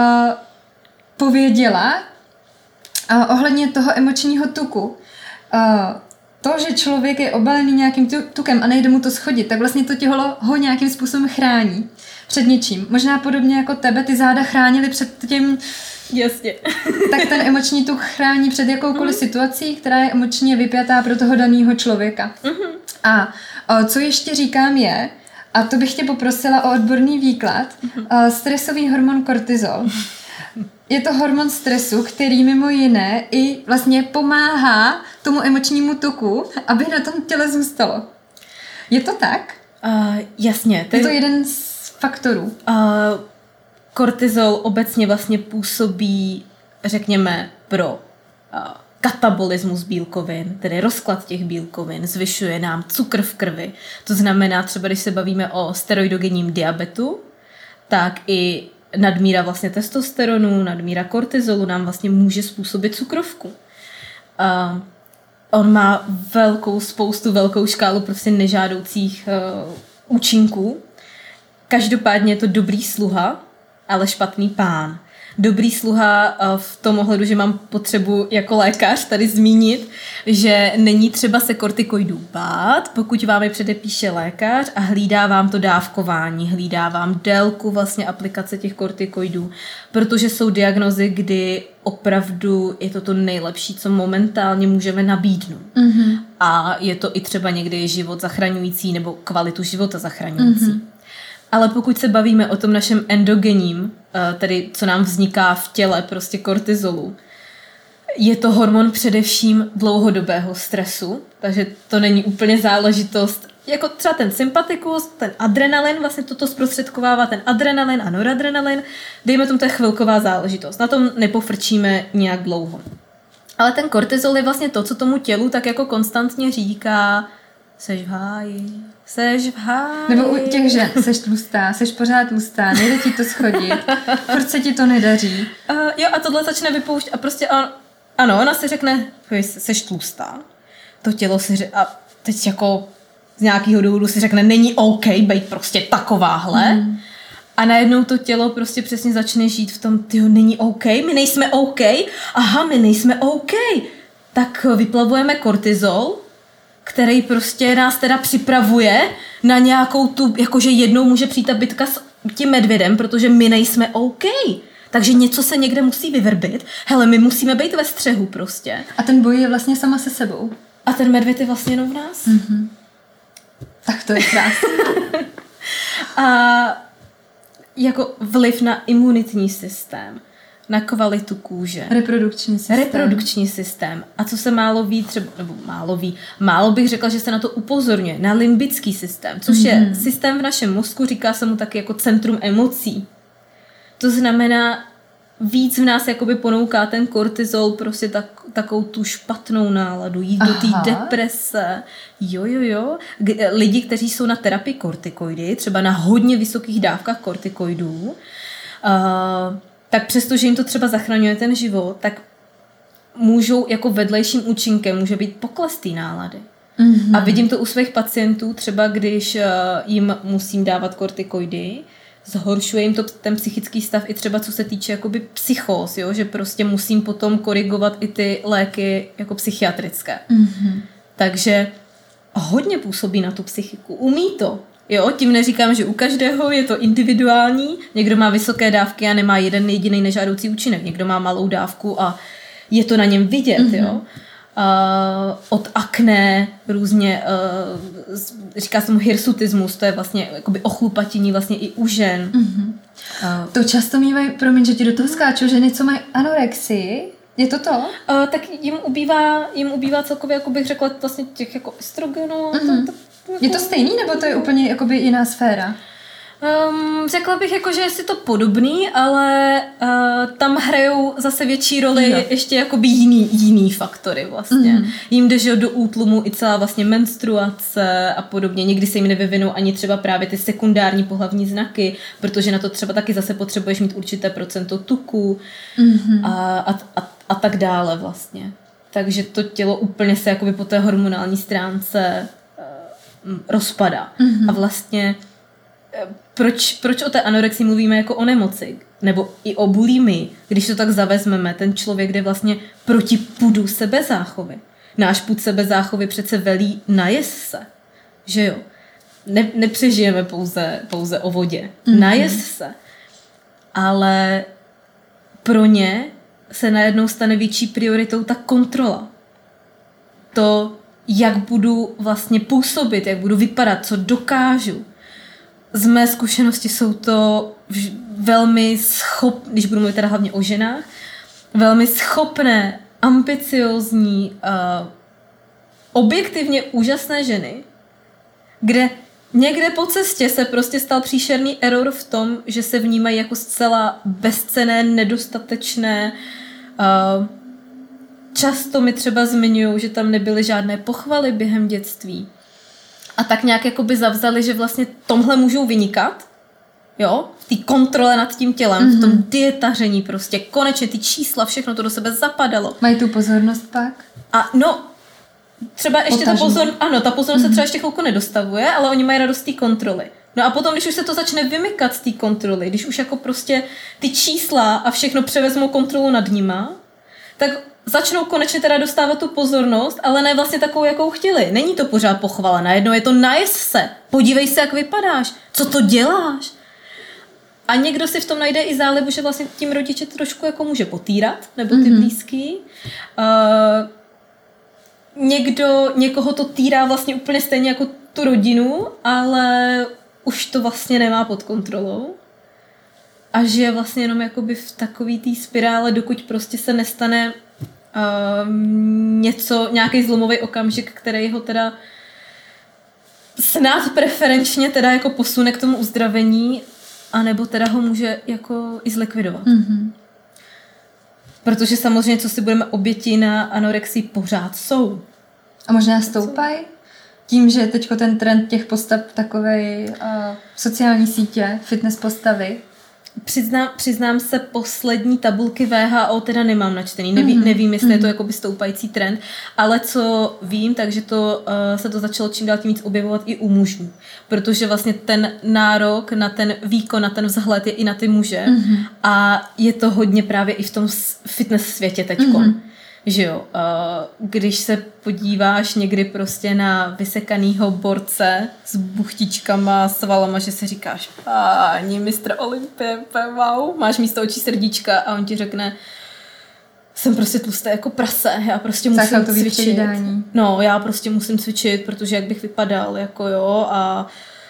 [SPEAKER 1] pověděla ohledně toho emočního tuku, to, že člověk je obalený nějakým tukem a nejde mu to schodit, tak vlastně to tělo ho nějakým způsobem chrání před něčím. Možná podobně jako tebe, ty záda chránily před tím...
[SPEAKER 2] Jasně.
[SPEAKER 1] Tak ten emoční tuk chrání před jakoukoliv situací, která je emočně vypjatá pro toho daného člověka. A co ještě říkám je, a to bych tě poprosila o odborný výklad, stresový hormon kortizol. Je to hormon stresu, který mimo jiné i vlastně pomáhá tomu emočnímu tuku, aby na tom těle zůstalo. Je to tak?
[SPEAKER 2] Jasně.
[SPEAKER 1] Je to jeden z faktorů.
[SPEAKER 2] Kortizol obecně vlastně působí, řekněme, pro katabolismus bílkovin, tedy rozklad těch bílkovin, zvyšuje nám cukr v krvi. To znamená, třeba když se bavíme o steroidogenním diabetu, tak i nadmíra vlastně testosteronu, nadmíra kortizolu nám vlastně může způsobit cukrovku. On má velkou škálu prostě nežádoucích účinků. Každopádně je to dobrý sluha, ale špatný pán. Dobrý sluha v tom ohledu, že mám potřebu jako lékař tady zmínit, že není třeba se kortikoidů bát, pokud vám je předepíše lékař a hlídá vám to dávkování, hlídá vám délku vlastně aplikace těch kortikoidů, protože jsou diagnózy, kdy opravdu je to nejlepší, co momentálně můžeme nabídnout. Mm-hmm. A je to i třeba někdy život zachraňující nebo kvalitu života zachraňující. Mm-hmm. Ale pokud se bavíme o tom našem endogenním, tedy co nám vzniká v těle, prostě kortizolu, je to hormon především dlouhodobého stresu, takže to není úplně záležitost, jako třeba ten sympatikus, ten adrenalin, vlastně toto zprostředkovává ten adrenalin a noradrenalin, dejme tomu, to je chvilková záležitost, na tom nepofrčíme nějak dlouho. Ale ten kortizol je vlastně to, co tomu tělu tak jako konstantně říká, seš v háji.
[SPEAKER 1] Nebo u těch žen, seš tlustá, seš pořád tlustá, nejde ti to schodit, furt se ti to nedaří.
[SPEAKER 2] Jo, a tohle začne vypouštět a prostě ano, ona si řekne, seš tlustá, to tělo si řekne, a teď jako z nějakého důvodu si řekne, není OK být prostě takováhle. A najednou to tělo prostě přesně začne žít v tom, tyjo, není OK, my nejsme OK, aha, my nejsme OK. Tak vyplavujeme kortizol, který prostě nás teda připravuje na nějakou tu, jakože jednou může přijít ta bitka s tím medvědem, protože my nejsme OK. Takže něco se někde musí vyvrbit. Hele, my musíme být ve střehu prostě.
[SPEAKER 1] A ten boj je vlastně sama se sebou.
[SPEAKER 2] A ten medvěd je vlastně jenom v nás.
[SPEAKER 1] Tak to je krásné.
[SPEAKER 2] A jako vliv na imunitní systém, na kvalitu kůže. Reprodukční systém. A co se málo ví, třeba, nebo málo bych řekla, že se na to upozorňuje, na limbický systém, což je systém v našem mozku, říká se mu taky jako centrum emocí. To znamená, víc v nás jakoby ponouká ten kortizol, prostě takovou tu špatnou náladu, jít do té deprese. Jo. Lidi, kteří jsou na terapii kortikoidy, třeba na hodně vysokých dávkách kortikoidů, tak přestože jim to třeba zachraňuje ten život, tak můžou jako vedlejším účinkem může být pokles té nálady. A vidím to u svých pacientů, třeba když jim musím dávat kortikoidy, zhoršuje jim to ten psychický stav i třeba co se týče jakoby psychóz, jo? Že prostě musím potom korigovat i ty léky jako psychiatrické. Takže hodně působí na tu psychiku. Umí to. Jo? Tím neříkám, že u každého je to individuální. Někdo má vysoké dávky a nemá jeden jediný nežádoucí účinek. Někdo má malou dávku a je to na něm vidět. Jo? Od akné různě, říká se mu hirsutismus, to je vlastně jakoby ochlupatění vlastně i u žen.
[SPEAKER 1] To často mývají, promiň, že ti do toho skáču, ženy, co mají anorexii. Je to to?
[SPEAKER 2] Tak jim ubývá celkově, jako bych řekla, vlastně těch jako estrogenů.
[SPEAKER 1] Je to stejný, nebo to je úplně jakoby jiná sféra?
[SPEAKER 2] Řekla bych, jako, že je si to podobný, ale tam hrajou zase větší roli ještě jakoby jiný faktory vlastně. Jim jde, že do útlumu i celá vlastně menstruace a podobně. Někdy se jim nevyvinou ani třeba právě ty sekundární pohlavní znaky, protože na to třeba taky zase potřebuješ mít určité procento tuku a tak dále vlastně. Takže to tělo úplně se jakoby po té hormonální stránce rozpadá. A vlastně proč o té anorexii mluvíme jako o nemoci? Nebo i o bulimii, když to tak zavezmeme, ten člověk jde vlastně proti pudu sebezáchovy. Náš pud sebezáchovy přece velí najez se. Že jo? Nepřežijeme pouze o vodě. Najez se. Ale pro ně se najednou stane větší prioritou ta kontrola. To, jak budu vlastně působit, jak budu vypadat, co dokážu. Z mé zkušenosti jsou to velmi když budu mluvit teda hlavně o ženách, velmi schopné, ambiciozní, objektivně úžasné ženy, kde někde po cestě se prostě stal příšerný error v tom, že se vnímají jako zcela bezcenné, nedostatečné. Často mi třeba zmiňují, že tam nebyly žádné pochvaly během dětství. A tak nějak jakoby zavzali, že vlastně tomhle můžou vynikat, jo, v té kontrole nad tím tělem, v tom dietaření prostě, konečně ty čísla, všechno to do sebe zapadalo.
[SPEAKER 1] Mají tu pozornost pak?
[SPEAKER 2] A no, třeba ještě ta pozornost se třeba ještě chvilku nedostavuje, ale oni mají radost té kontroly. No a potom, když už se to začne vymykat z té kontroly, když už jako prostě ty čísla a všechno převezmou kontrolu nad nima, tak začnou konečně teda dostávat tu pozornost, ale ne vlastně takovou, jakou chtěli. Není to pořád pochvala, najednou je to najez se. Podívej se, jak vypadáš. Co to děláš? A někdo si v tom najde i zálibu, že vlastně tím rodiče trošku jako může potírat, nebo ty blízký. Někoho to týrá vlastně úplně stejně jako tu rodinu, ale už to vlastně nemá pod kontrolou. A žije vlastně jenom jakoby v takový té spirále, dokud prostě se nestane nějaký zlomový okamžik, který ho teda snad preferenčně teda jako posune k tomu uzdravení, anebo teda ho může jako i zlikvidovat. Protože samozřejmě, co si budeme, oběti na anorexii pořád jsou.
[SPEAKER 1] A možná stoupají? Tím, že teďko ten trend těch postav takovej sociální sítě, fitness postavy.
[SPEAKER 2] Přiznám se, poslední tabulky VHO teda nemám načtený. Nevím, jestli je to jakoby stoupající trend, ale co vím, takže se to začalo čím dál tím víc objevovat i u mužů. Protože vlastně ten nárok na ten výkon, na ten vzhled je i na ty muže a je to hodně právě i v tom fitness světě teďko. Že jo, když se podíváš někdy prostě na vysekanýho borce s buchtičkama, svalama, že si říkáš, páni, mistr Olympie, wow, máš místo očí srdíčka a on ti řekne, jsem prostě tlustý jako prase, já prostě musím cvičit. No, já prostě musím cvičit, protože jak bych vypadal, jako jo, a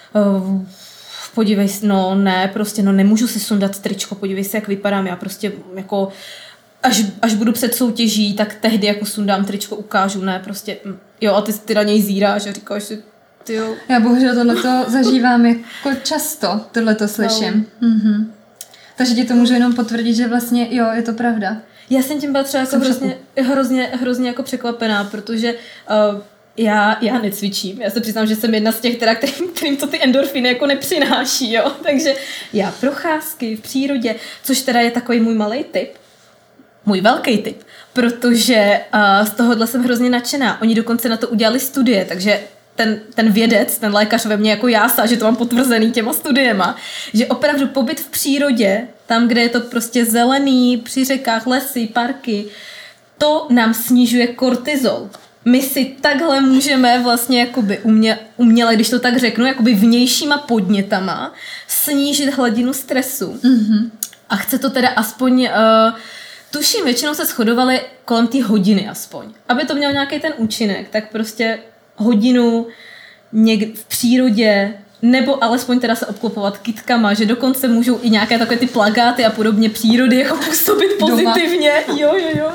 [SPEAKER 2] podívej se, nemůžu si sundat tričko, podívej se, jak vypadám, já prostě jako až budu před soutěží, tak tehdy jako sundám tričko, ukážu, ne, prostě, jo, a ty na něj zíráš a říkáš si, tyjo.
[SPEAKER 1] Já bohužel tohleto zažívám jako často, tohleto slyším. No. Takže ti to můžu jenom potvrdit, že vlastně, jo, je to pravda.
[SPEAKER 2] Já jsem tím byla třeba jako hrozně jako překvapená, protože já necvičím. Já se přiznám, že jsem jedna z těch, kterým to ty endorfiny jako nepřináší, jo. Takže já procházky v přírodě, což teda je takový můj malej tip, můj velký tip, protože z tohohle jsem hrozně nadšená. Oni dokonce na to udělali studie, takže ten vědec, ten lékař ve mně jako jásá, že to mám potvrzený těma studiema, že opravdu pobyt v přírodě, tam, kde je to prostě zelený, při řekách, lesy, parky, to nám snižuje kortizol. My si takhle můžeme vlastně jakoby uměle, když to tak řeknu, jakoby vnějšíma podnětama snížit hladinu stresu. A chce to teda aspoň... tuším, většinou se shodovali kolem té hodiny aspoň. Aby to mělo nějaký ten účinek, tak prostě hodinu někde v přírodě, nebo alespoň teda se obklopovat kytkama, že dokonce můžou i nějaké takové ty plakáty a podobně přírody jako působit pozitivně. Jo,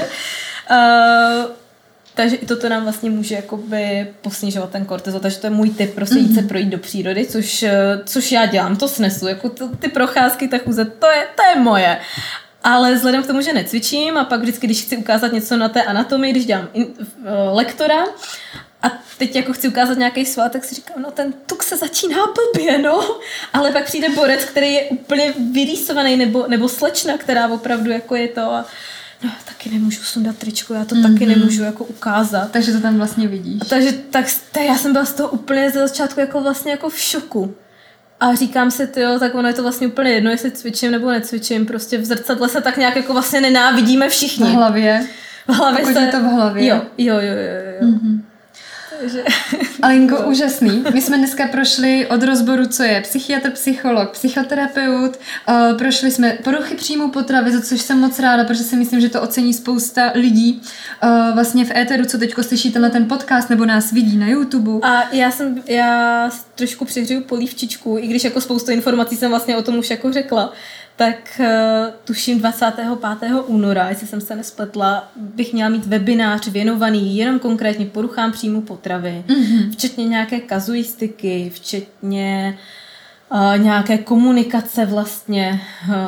[SPEAKER 2] takže i toto nám vlastně může jakoby posnižovat ten kortizol, takže to je můj tip, prostě jít se projít do přírody, což já dělám, to snesu, jako ty procházky, ta chůze, to je moje. Ale vzhledem k tomu, že necvičím a pak vždycky, když chci ukázat něco na té anatomii, když dělám lektora a teď jako chci ukázat nějaký sval, tak si říkám, no ten tuk se začíná blbě, no. Ale pak přijde borec, který je úplně vyrýsovaný, nebo slečna, která opravdu jako je to a no, taky nemůžu sundat tričko, já to taky nemůžu jako ukázat.
[SPEAKER 1] Takže to tam vlastně vidíš.
[SPEAKER 2] Takže já jsem byla z toho úplně ze začátku jako vlastně jako v šoku. A říkám si, tak ono je to vlastně úplně jedno, jestli cvičím nebo necvičím, prostě v zrcadle se tak nějak jako vlastně nenávidíme všichni.
[SPEAKER 1] V hlavě.
[SPEAKER 2] Pokud
[SPEAKER 1] je to v hlavě.
[SPEAKER 2] Jo. Takže...
[SPEAKER 1] Alinko, úžasný. My jsme dneska prošli od rozboru, co je psychiatr, psycholog, psychoterapeut, prošli jsme poruchy příjmu potravy, za což jsem moc ráda, protože si myslím, že to ocení spousta lidí vlastně v éteru, co teďko slyšíte na ten podcast nebo nás vidí na YouTube.
[SPEAKER 2] A já trošku přihřeju polívčičku, i když jako spoustu informací jsem vlastně o tom už jako řekla, tak tuším 25. února, jestli jsem se nespletla, bych měla mít webinář věnovaný jenom konkrétně poruchám příjmu potravy, včetně nějaké kazuistiky, včetně nějaké komunikace vlastně,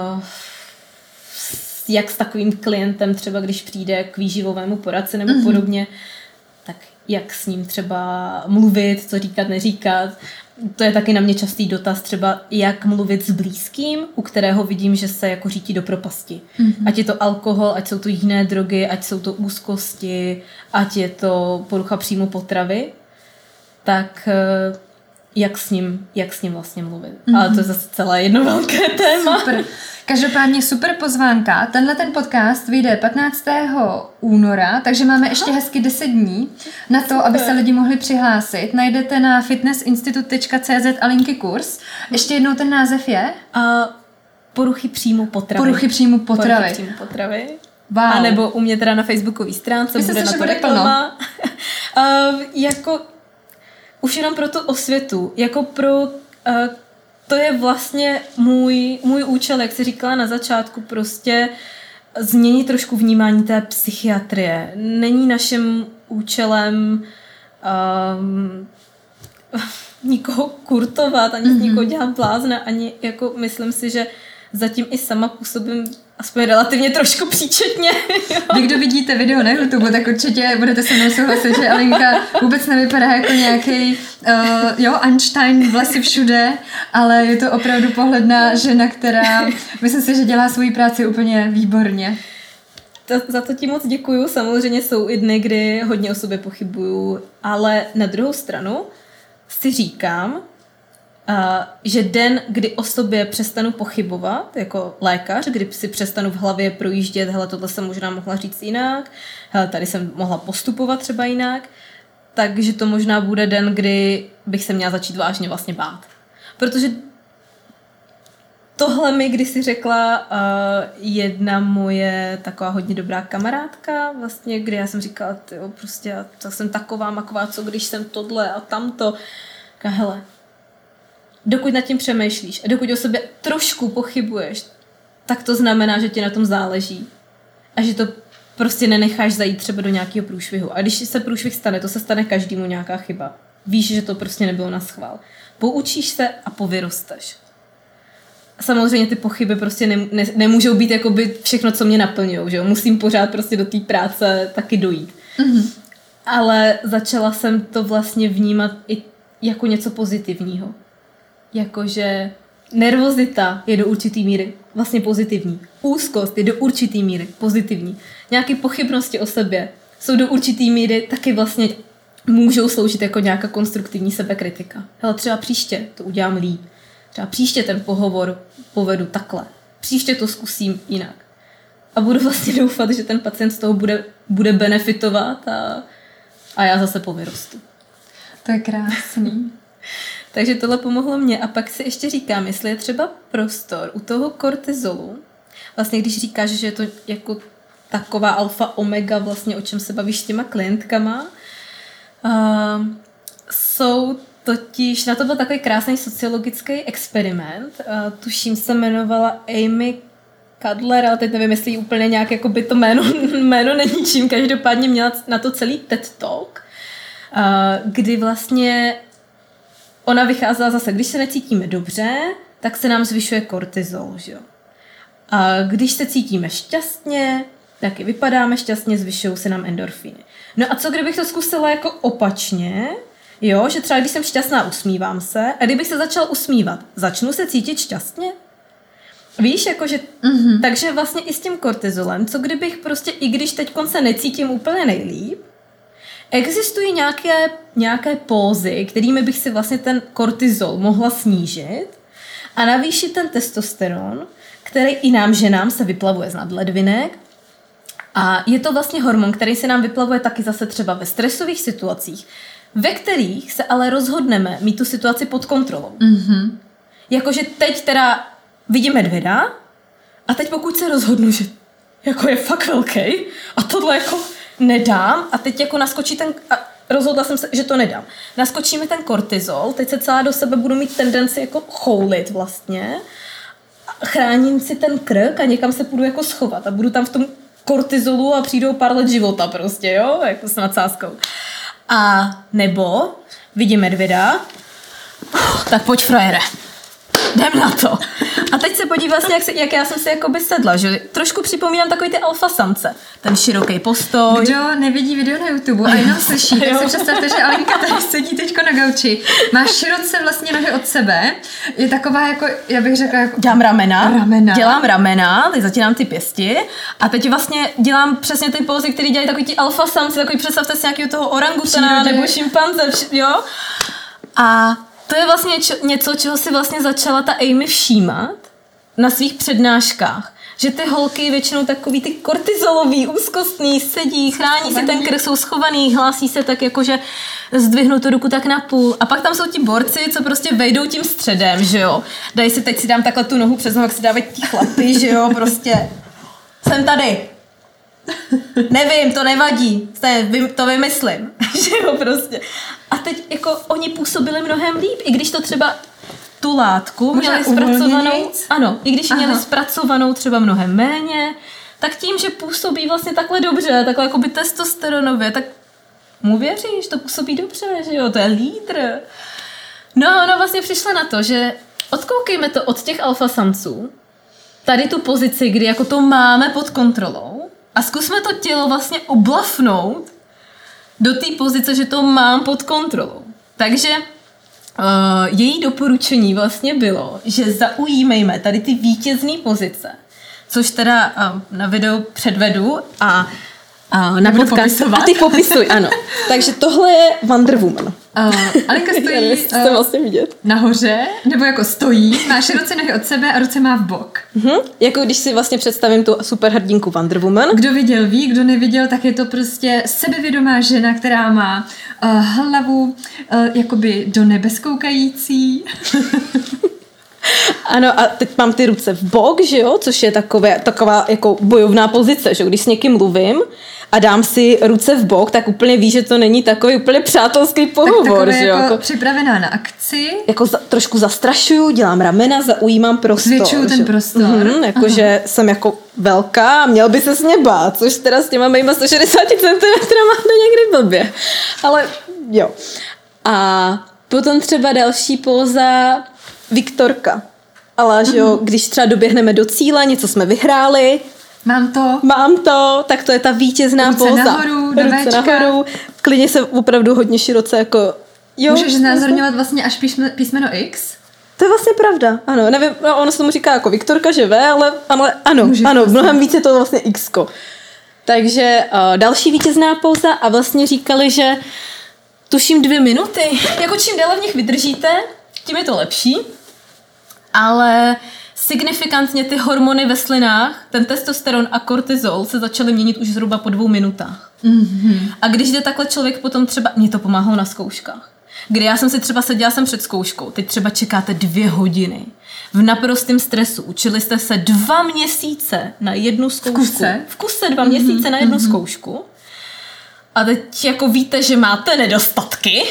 [SPEAKER 2] jak s takovým klientem třeba, když přijde k výživovému poradci nebo podobně, tak jak s ním třeba mluvit, co říkat, neříkat. To je taky na mě častý dotaz, třeba jak mluvit s blízkým, u kterého vidím, že se jako řítí do propasti. Ať je to alkohol, ať jsou to jiné drogy, ať jsou to úzkosti, ať je to porucha příjmu potravy, tak jak s ním vlastně mluvit. Ale to je zase celé jedno velké téma.
[SPEAKER 1] Super. Každopádně super pozvánka. Tenhle ten podcast vyjde 15. února, takže máme ještě hezky 10 dní na to, aby se lidi mohli přihlásit. Najdete na fitnessinstitut.cz Alinky kurz. Ještě jednou ten název je?
[SPEAKER 2] Poruchy příjmu potravy.
[SPEAKER 1] Poruchy příjmu potravy.
[SPEAKER 2] Wow. A nebo u mě teda na facebookové stránce bude na to reklama. Jako už jenom pro tu osvětu, jako pro... to je vlastně můj účel, jak jsi říkala na začátku, prostě změnit trošku vnímání té psychiatrie. Není naším účelem nikoho kurtovat, ani z nikoho dělat blázna, ani jako myslím si, že zatím i sama působím aspoň relativně trošku příčetně.
[SPEAKER 1] Vy, kdo vidíte video na YouTube, tak určitě budete se mnou souhlasit, že Alinka vůbec nevypadá jako nějaký Einstein, vlasy všude, ale je to opravdu pohledná žena, která myslím si, že dělá svoji práci úplně výborně.
[SPEAKER 2] Za to ti moc děkuju. Samozřejmě jsou i dny, kdy hodně o sobě pochybuju, ale na druhou stranu si říkám, že den, kdy o sobě přestanu pochybovat jako lékař, kdy si přestanu v hlavě projíždět, hele, tohle jsem možná mohla říct jinak, hele, tady jsem mohla postupovat třeba jinak, takže to možná bude den, kdy bych se měla začít vážně vlastně bát. Protože tohle mi kdysi řekla jedna moje taková hodně dobrá kamarádka, vlastně, kdy já jsem říkala, tyjo, prostě já jsem taková maková, co když jsem tohle a tamto. Říká, hele, dokud nad tím přemýšlíš a dokud o sobě trošku pochybuješ, tak to znamená, že ti na tom záleží a že to prostě nenecháš zajít třeba do nějakého průšvihu. A když se průšvih stane, to se stane každému nějaká chyba. Víš, že to prostě nebylo na schvál. Poučíš se a povyrosteš. Samozřejmě ty pochyby prostě nemůžou být jakoby všechno, co mě naplňují, že jo? Musím pořád prostě do té práce taky dojít. Mm-hmm. Ale začala jsem to vlastně vnímat i jako něco pozitivního. Jakože nervozita je do určitý míry vlastně pozitivní. Úzkost je do určitý míry pozitivní. Nějaké pochybnosti o sobě jsou do určitý míry taky vlastně můžou sloužit jako nějaká konstruktivní sebekritika. Hele, třeba příště to udělám líp. Třeba příště ten pohovor povedu takhle. Příště to zkusím jinak. A budu vlastně doufat, že ten pacient z toho bude benefitovat a já zase povyrostu.
[SPEAKER 1] To je krásný.
[SPEAKER 2] Takže tohle pomohlo mně. A pak si ještě říkám, jestli je třeba prostor u toho kortizolu, vlastně když říkáš, že je to jako taková alfa omega, vlastně o čem se bavíš s těma klientkama, jsou totiž, na to byl takový krásný sociologický experiment, tuším se jmenovala Amy Cudler, ale teď nevím, jestli úplně nějak jako by to jméno není čím, každopádně měla na to celý TED Talk, kdy vlastně ona vycházela zase, když se necítíme dobře, tak se nám zvyšuje kortizol, že jo. A když se cítíme šťastně, taky vypadáme šťastně, zvyšují se nám endorfiny. No a co kdybych to zkusila jako opačně, jo, že třeba když jsem šťastná, usmívám se, a kdybych se začal usmívat, začnu se cítit šťastně? Víš, jakože, takže vlastně i s tím kortizolem, co kdybych prostě, i když teď se necítím úplně nejlíp, existují nějaké pózy, kterými bych si vlastně ten kortizol mohla snížit a navýšit ten testosteron, který i nám ženám se vyplavuje z nadledvinek. A je to vlastně hormon, který se nám vyplavuje taky zase třeba ve stresových situacích, ve kterých se ale rozhodneme mít tu situaci pod kontrolou. Mm-hmm. Jakože teď teda vidím medvěda a teď pokud se rozhodnu, že jako je fakt velký a tohle jako nedám a teď jako naskočí ten... A rozhodla jsem se, že to nedám. Naskočí mi ten kortizol, teď se celá do sebe budu mít tendenci jako choulit vlastně, chráním si ten krk a někam se půjdu jako schovat a budu tam v tom kortizolu a přijdou pár let života prostě, jo, jako s nadsázkou. A nebo vidím medvěda, tak pojď frajere, jdem na to. A teď se podívej vlastně, jak já jsem si jakoby sedla, že trošku připomínám takový ty alfa samce. Ten široký postoj.
[SPEAKER 1] Kdo nevidí video na YouTube a jenom slyší, tak si představte, že Alenka tady sedí teďko na gauči. Má široce vlastně nohy od sebe. Je taková jako, já bych řekla jako...
[SPEAKER 2] Dělám ramena, teď zatínám ty pěsti a teď vlastně dělám přesně ty pózy, které dělají takový ti alfa samci, takový představte si nějakého toho orangutana nebo šimpanze, jo. A to je vlastně něco, čeho si vlastně začala ta Amy všímat na svých přednáškách. Že ty holky většinou takový ty kortizolový, úzkostný, sedí, chrání si ten krk, jsou schovaný, hlásí se tak jako, že zdvihnou tu ruku tak na půl. A pak tam jsou ti borci, co prostě vejdou tím středem, že jo. Dají si, teď si dám takhle tu nohu přes nohu, jak si dávají ti chlapy, že jo, prostě. Jsem tady. Nevím, to nevadí, to vymyslím, že jo, prostě. A teď jako oni působili mnohem líp, i když to třeba tu látku měli zpracovanou, ano, i když měli zpracovanou třeba mnohem méně, tak tím, že působí vlastně takhle dobře, takhle jako by testosteronově, tak mu věříš, to působí dobře, že jo, to je lídr. No a ona vlastně přišla na to, že odkoukejme to od těch alfa samců, tady tu pozici, kdy jako to máme pod kontrolou a zkusme to tělo vlastně oblafnout do té pozice, že to mám pod kontrolou. Takže její doporučení vlastně bylo, že zaujímejme tady ty vítězné pozice, což teda na video předvedu a na podcast. A ty popisuj, ano. Takže tohle je Wonder Woman.
[SPEAKER 1] Alenka stojí
[SPEAKER 2] jste vlastně vidět.
[SPEAKER 1] nahoře, nebo jako stojí, máš ruce nohy od sebe a ruce má v bok.
[SPEAKER 2] Jako když si vlastně představím tu superhrdinku Wonder Woman.
[SPEAKER 1] Kdo viděl ví, kdo neviděl, tak je to prostě sebevědomá žena, která má hlavu jakoby do nebe koukající.
[SPEAKER 2] Ano, a teď mám ty ruce v bok, že jo, což je taková jako bojovná pozice, že jo, když s někým mluvím a dám si ruce v bok, tak úplně víš, že to není takový úplně přátelský pohovor, že jo.
[SPEAKER 1] Jako připravená na akci.
[SPEAKER 2] Jako trošku zastrašuju, dělám ramena, zaujímám prostor.
[SPEAKER 1] Zvětšuju ten prostor.
[SPEAKER 2] Jakože jsem jako velká a měl by se mě bát, což teda s těma mýma 160 cm to někdy blbě. Ale jo. A potom třeba další póza Viktorka. Ale že jo, když třeba doběhneme do cíle, něco jsme vyhráli, Mám to, tak to je ta vítězná póza.
[SPEAKER 1] Ruce nahoru,
[SPEAKER 2] klidně se opravdu hodně široce jako... Jo,
[SPEAKER 1] můžeš znázorňovat vlastně až písmeno X?
[SPEAKER 2] To je vlastně pravda, ano. Nevím, ono se tomu říká jako Viktorka, že V, ale ano, mnohem víc je to vlastně X-ko. Takže další vítězná póza a vlastně říkali, že tuším 2 minuty. Jako čím déle v nich vydržíte, tím je to lepší. Ale signifikantně ty hormony ve slinách, ten testosteron a kortizol se začaly měnit už zhruba po 2 minutách. A když jde takhle člověk potom třeba, mě to pomáhalo na zkouškách, kdy já jsem si třeba seděla před zkouškou, teď třeba čekáte 2 hodiny v naprostém stresu, učili jste se 2 měsíce na jednu zkoušku. V kuse 2 měsíce na jednu zkoušku a teď jako víte, že máte nedostatky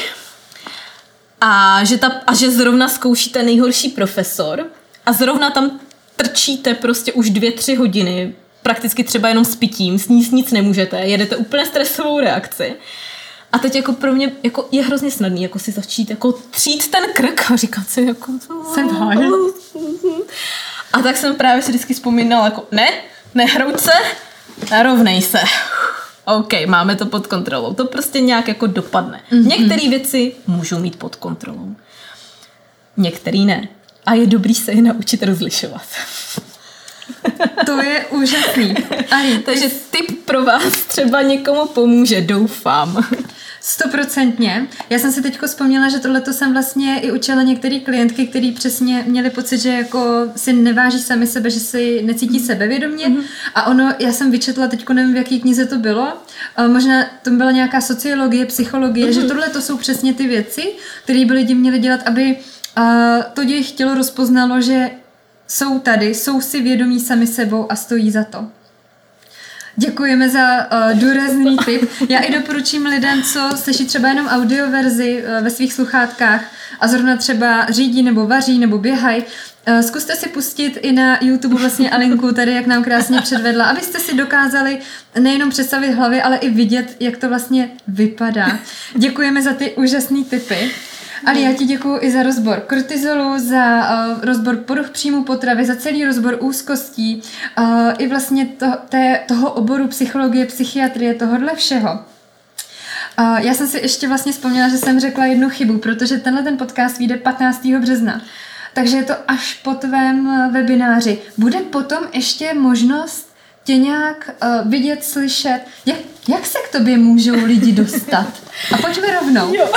[SPEAKER 2] a že zrovna zkoušíte nejhorší profesor a zrovna tam trčíte prostě už 2-3 hodiny, prakticky třeba jenom s pitím, sníst nic nemůžete, jedete úplně stresovou reakci. A teď jako pro mě jako je hrozně snadný jako si začít jako třít ten krk a říkat si jako...
[SPEAKER 1] Jsem v háji.
[SPEAKER 2] A tak jsem právě si vždycky vzpomínala jako nehrouť se, rovnej se. OK, máme to pod kontrolou. To prostě nějak jako dopadne. Některé věci můžou mít pod kontrolou. Některé ne. A je dobrý se je naučit rozlišovat.
[SPEAKER 1] To je úžasný.
[SPEAKER 2] Takže tip pro vás třeba někomu pomůže, doufám.
[SPEAKER 1] 100%. Já jsem si teďko vzpomněla, že tohleto jsem vlastně i učila některé klientky, který přesně měli pocit, že jako si neváží sami sebe, že si necítí sebevědomě. A ono, já jsem vyčetla, teďko nevím, v jaký knize to bylo, možná to byla nějaká sociologie, psychologie, že tohleto jsou přesně ty věci, které by lidi měli dělat, aby to jejich tělo rozpoznalo, že jsou tady, jsou si vědomí sami sebou a stojí za to. Děkujeme za důrazný tip. Já i doporučím lidem, co slyší třeba jenom audioverzi ve svých sluchátkách a zrovna třeba řídí nebo vaří nebo běhají. Zkuste si pustit i na YouTube vlastně Alinku tady, jak nám krásně předvedla, abyste si dokázali nejenom představit hlavy, ale i vidět, jak to vlastně vypadá. Děkujeme za ty úžasné tipy. Ali, já ti děkuju i za rozbor kortizolu, za rozbor poruch příjmu potravy, za celý rozbor úzkostí, i vlastně toho oboru psychologie, psychiatrie, tohodle všeho. Já jsem si ještě vlastně vzpomněla, že jsem řekla jednu chybu, protože ten podcast vyjde 15. března. Takže je to až po tvém webináři. Bude potom ještě možnost tě nějak vidět, slyšet? Jak se k tobě můžou lidi dostat? A pojďme rovnou. Jo.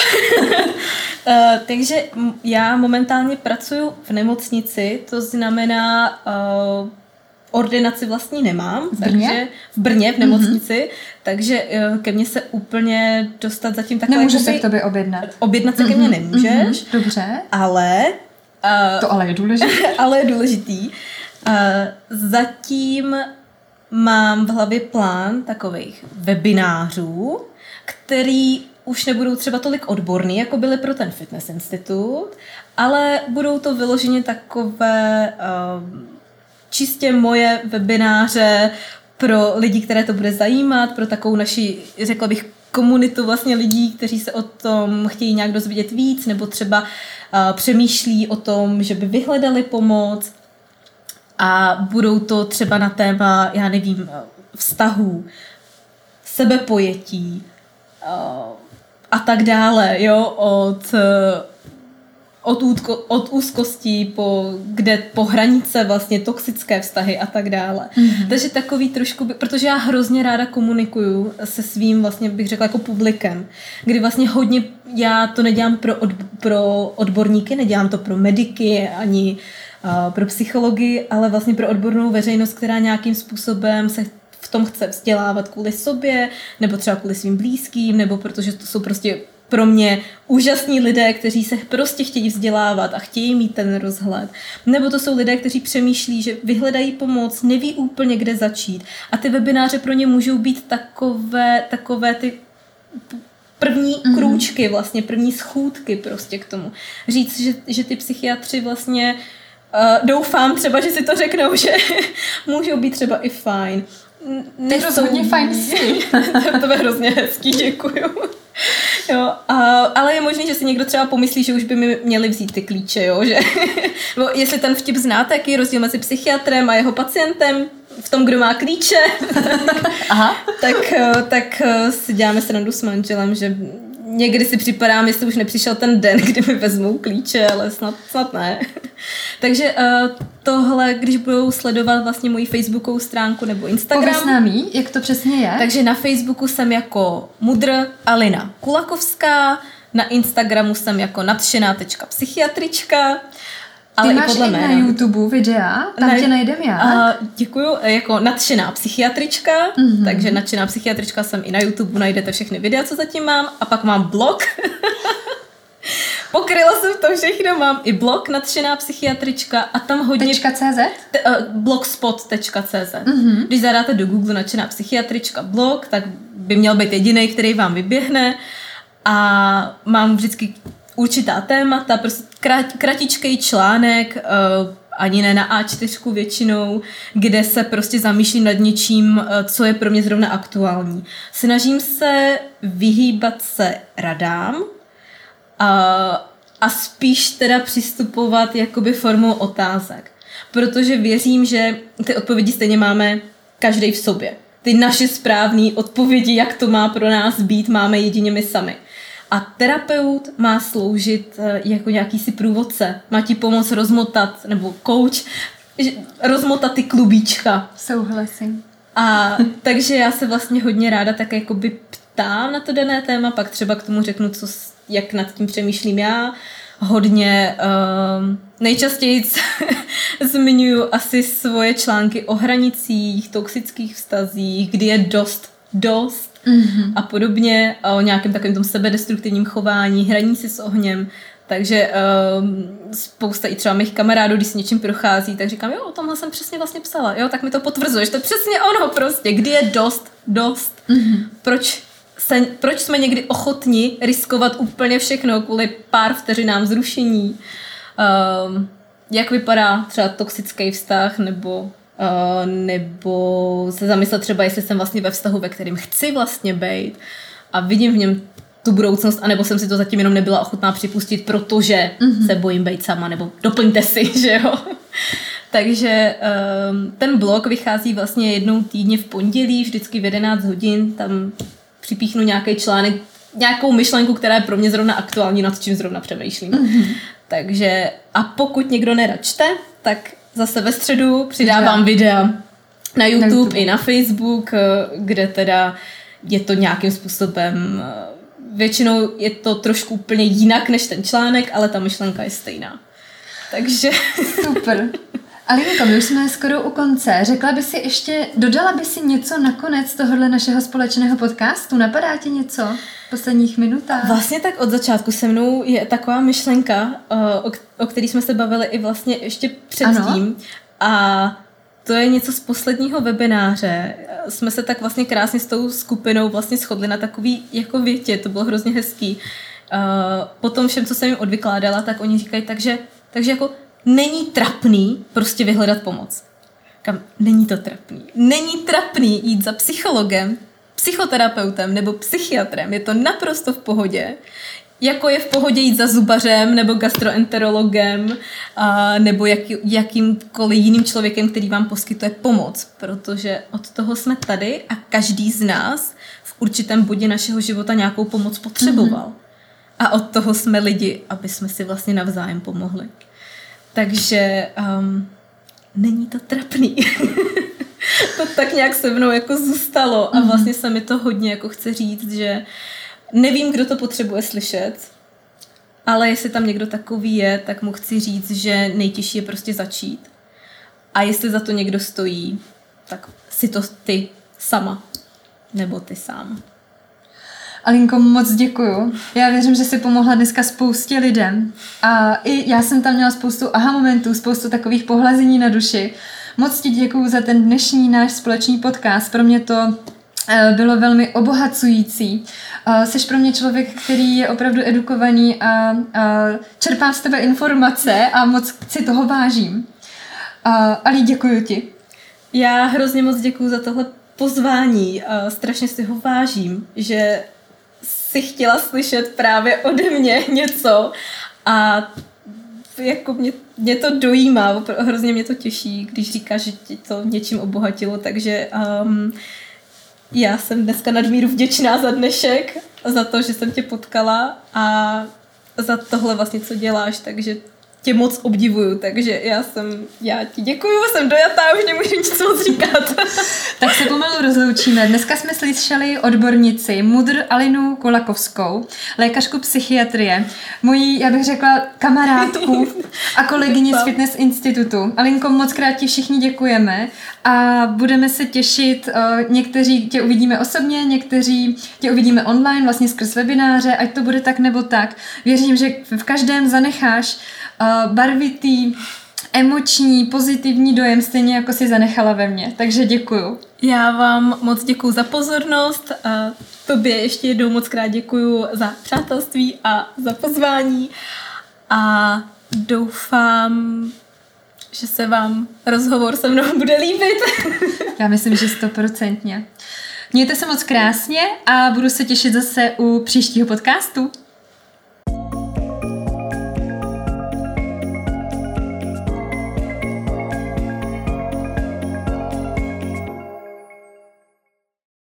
[SPEAKER 2] Takže já momentálně pracuji v nemocnici, to znamená ordinaci vlastní nemám.
[SPEAKER 1] V Brně?
[SPEAKER 2] Takže v Brně, v nemocnici, takže ke mně se úplně dostat zatím takhle...
[SPEAKER 1] Nemůžu se k tobě objednat.
[SPEAKER 2] Objednat se ke mně nemůžeš.
[SPEAKER 1] Dobře.
[SPEAKER 2] Ale...
[SPEAKER 1] To ale je důležitý.
[SPEAKER 2] Ale je důležitý. Zatím mám v hlavě plán takových webinářů, který už nebudou třeba tolik odborný, jako byly pro ten Fitness Institut, ale budou to vyloženě takové čistě moje webináře pro lidi, které to bude zajímat, pro takovou naši, řekla bych, komunitu vlastně lidí, kteří se o tom chtějí nějak dozvědět víc, nebo třeba přemýšlí o tom, že by vyhledali pomoc. A budou to třeba na téma, já nevím, vztahů, sebepojetí, a tak dále, jo, od úzkostí po hranice vlastně toxické vztahy a tak dále. Mm-hmm. Takže takový trošku, protože já hrozně ráda komunikuju se svým vlastně bych řekla jako publikem, kdy vlastně hodně, já to nedělám pro odborníky, nedělám to pro mediky ani pro psychologii, ale vlastně pro odbornou veřejnost, která nějakým způsobem se v tom chce vzdělávat kvůli sobě, nebo třeba kvůli svým blízkým, nebo protože to jsou prostě pro mě úžasní lidé, kteří se prostě chtějí vzdělávat a chtějí mít ten rozhled. Nebo to jsou lidé, kteří přemýšlí, že vyhledají pomoc, neví úplně, kde začít. A ty webináře pro ně můžou být takové ty první krůčky, vlastně první schůdky prostě k tomu. Říct, že ty psychiatři vlastně doufám třeba, že si to řeknou, že můžou být třeba i fajn.
[SPEAKER 1] Ty rozhodně fajn jsi.
[SPEAKER 2] To je hrozně hezký, děkuju. Jo, ale je možný, že si někdo třeba pomyslí, že už by mi měli vzít ty klíče, jo, že nebo jestli ten vtip znáte, jaký je rozdíl mezi psychiatrem a jeho pacientem, v tom, kdo má klíče, tak si děláme srandu s manželem, že někdy si připadám, jestli už nepřišel ten den, kdy mi vezmou klíče, ale snad ne. Takže tohle, když budou sledovat vlastně moji facebookovou stránku nebo Instagram.
[SPEAKER 1] Pověz nám jí, jak to přesně je.
[SPEAKER 2] Takže na Facebooku jsem jako Mudr Alina Kulakovská, na Instagramu jsem jako nadšená.psychiatrička.
[SPEAKER 1] Ty ale máš i na YouTube videa, tam tě najdem já.
[SPEAKER 2] Děkuju, jako nadšená psychiatrička, takže nadšená psychiatrička jsem i na YouTube, najdete všechny videa, co zatím mám, a pak mám blog. Pokryla jsem to všechno, mám i blog nadšená psychiatrička a tam hodně...
[SPEAKER 1] .cz?
[SPEAKER 2] Blogspot.cz. Když zadáte do Google nadšená psychiatrička blog, tak by měl být jediný, který vám vyběhne, a mám vždycky určitá témata, prostě kratičkej článek, ani ne na A4 většinou, kde se prostě zamýšlím nad něčím, co je pro mě zrovna aktuální. Snažím se vyhýbat se radám a spíš teda přistupovat jakoby formou otázek. Protože věřím, že ty odpovědi stejně máme každý v sobě. Ty naše správné odpovědi, jak to má pro nás být, máme jedině my sami. A terapeut má sloužit jako nějaký si průvodce. Má ti pomoct rozmotat, nebo coach, rozmotat ty klubíčka.
[SPEAKER 1] Souhlasím.
[SPEAKER 2] A takže já se vlastně hodně ráda tak jakoby ptám na to dané téma, pak třeba k tomu řeknu, jak nad tím přemýšlím já. Hodně nejčastěji zmiňuji asi svoje články o hranicích, toxických vztazích, kdy je dost a podobně, o nějakém takovém tom sebedestruktivním chování, hraní si s ohněm. Takže spousta i třeba mých kamarádů, když si něčím prochází, tak říkám, jo, o tomhle jsem přesně vlastně psala, jo, tak mi to potvrzuješ, to je přesně ono prostě, kdy je dost. Proč jsme někdy ochotni riskovat úplně všechno kvůli pár vteřinám zrušení, jak vypadá třeba toxický vztah, nebo se zamyslet třeba, jestli jsem vlastně ve vztahu, ve kterém chci vlastně být a vidím v něm tu budoucnost, anebo jsem si to zatím jenom nebyla ochotná připustit, protože se bojím být sama, nebo doplňte si, že jo. Takže ten blog vychází vlastně jednou týdně v pondělí, vždycky v 11 hodin, tam připíchnu nějaký článek, nějakou myšlenku, která je pro mě zrovna aktuální, nad čím zrovna přemýšlím. Takže a pokud někdo nerad čte, tak zase ve středu přidávám videa na YouTube i na Facebook, kde teda je to nějakým způsobem, většinou je to trošku úplně jinak než ten článek, ale ta myšlenka je stejná. Takže... Super.
[SPEAKER 1] Alinko, my už jsme skoro u konce. Dodala by si něco nakonec tohohle našeho společného podcastu? Napadá ti něco v posledních minutách?
[SPEAKER 2] Vlastně tak od začátku se mnou je taková myšlenka, o které jsme se bavili i vlastně ještě předtím. A to je něco z posledního webináře. Jsme se tak vlastně krásně s tou skupinou vlastně shodli na takový jako větě, to bylo hrozně hezký. Po tom všem, co jsem jim odvykládala, tak oni říkají, takže jako není trapný prostě vyhledat pomoc. Není to trapný. Není trapný jít za psychologem, psychoterapeutem nebo psychiatrem. Je to naprosto v pohodě. Jako je v pohodě jít za zubařem nebo gastroenterologem nebo jakýmkoliv jiným člověkem, který vám poskytuje pomoc. Protože od toho jsme tady a každý z nás v určitém bodě našeho života nějakou pomoc potřeboval. A od toho jsme lidi, aby jsme si vlastně navzájem pomohli. Takže není to trapný. To tak nějak se mnou jako zůstalo a vlastně se mi to hodně jako chce říct, že nevím, kdo to potřebuje slyšet, ale jestli tam někdo takový je, tak mu chci říct, že nejtěžší je prostě začít. A jestli za to někdo stojí, tak si to ty sama nebo ty sám.
[SPEAKER 1] Alinko, moc děkuju. Já věřím, že jsi pomohla dneska spoustě lidem a i já jsem tam měla spoustu aha momentů, spoustu takových pohlazení na duši. Moc ti děkuju za ten dnešní náš společný podcast. Pro mě to bylo velmi obohacující. Jsi pro mě člověk, který je opravdu edukovaný a čerpám z tebe informace a moc si toho vážím. Ali, děkuju ti.
[SPEAKER 2] Já hrozně moc děkuju za tohle pozvání. Strašně si ho vážím, že jsi chtěla slyšet právě ode mě něco a jako mě to dojímá, hrozně mě to těší, když říkáš, že ti to něčím obohatilo, takže já jsem dneska nadmíru vděčná za dnešek, za to, že jsem tě potkala a za tohle vlastně, co děláš, takže tě moc obdivuju, takže já ti děkuju, jsem dojatá, už nemůžu nic moc říkat.
[SPEAKER 1] Tak se pomalu rozloučíme. Dneska jsme slyšeli odbornici Mudr Alinu Kulakovskou, lékařku psychiatrie, moji, já bych řekla, kamarádku a kolegyni z Fitness Institutu. Alinko, moc krát ti všichni děkujeme a budeme se těšit, někteří tě uvidíme osobně, někteří tě uvidíme online, vlastně skrz webináře, ať to bude tak nebo tak. Věřím, že v každém zanecháš barvitý, emoční, pozitivní dojem, stejně jako si zanechala ve mně. Takže děkuju.
[SPEAKER 2] Já vám moc děkuju za pozornost a tobě ještě jednou moc krát děkuju za přátelství a za pozvání a doufám, že se vám rozhovor se mnou bude líbit.
[SPEAKER 1] Já myslím, že 100%. Mějte se moc krásně a budu se těšit zase u příštího podcastu.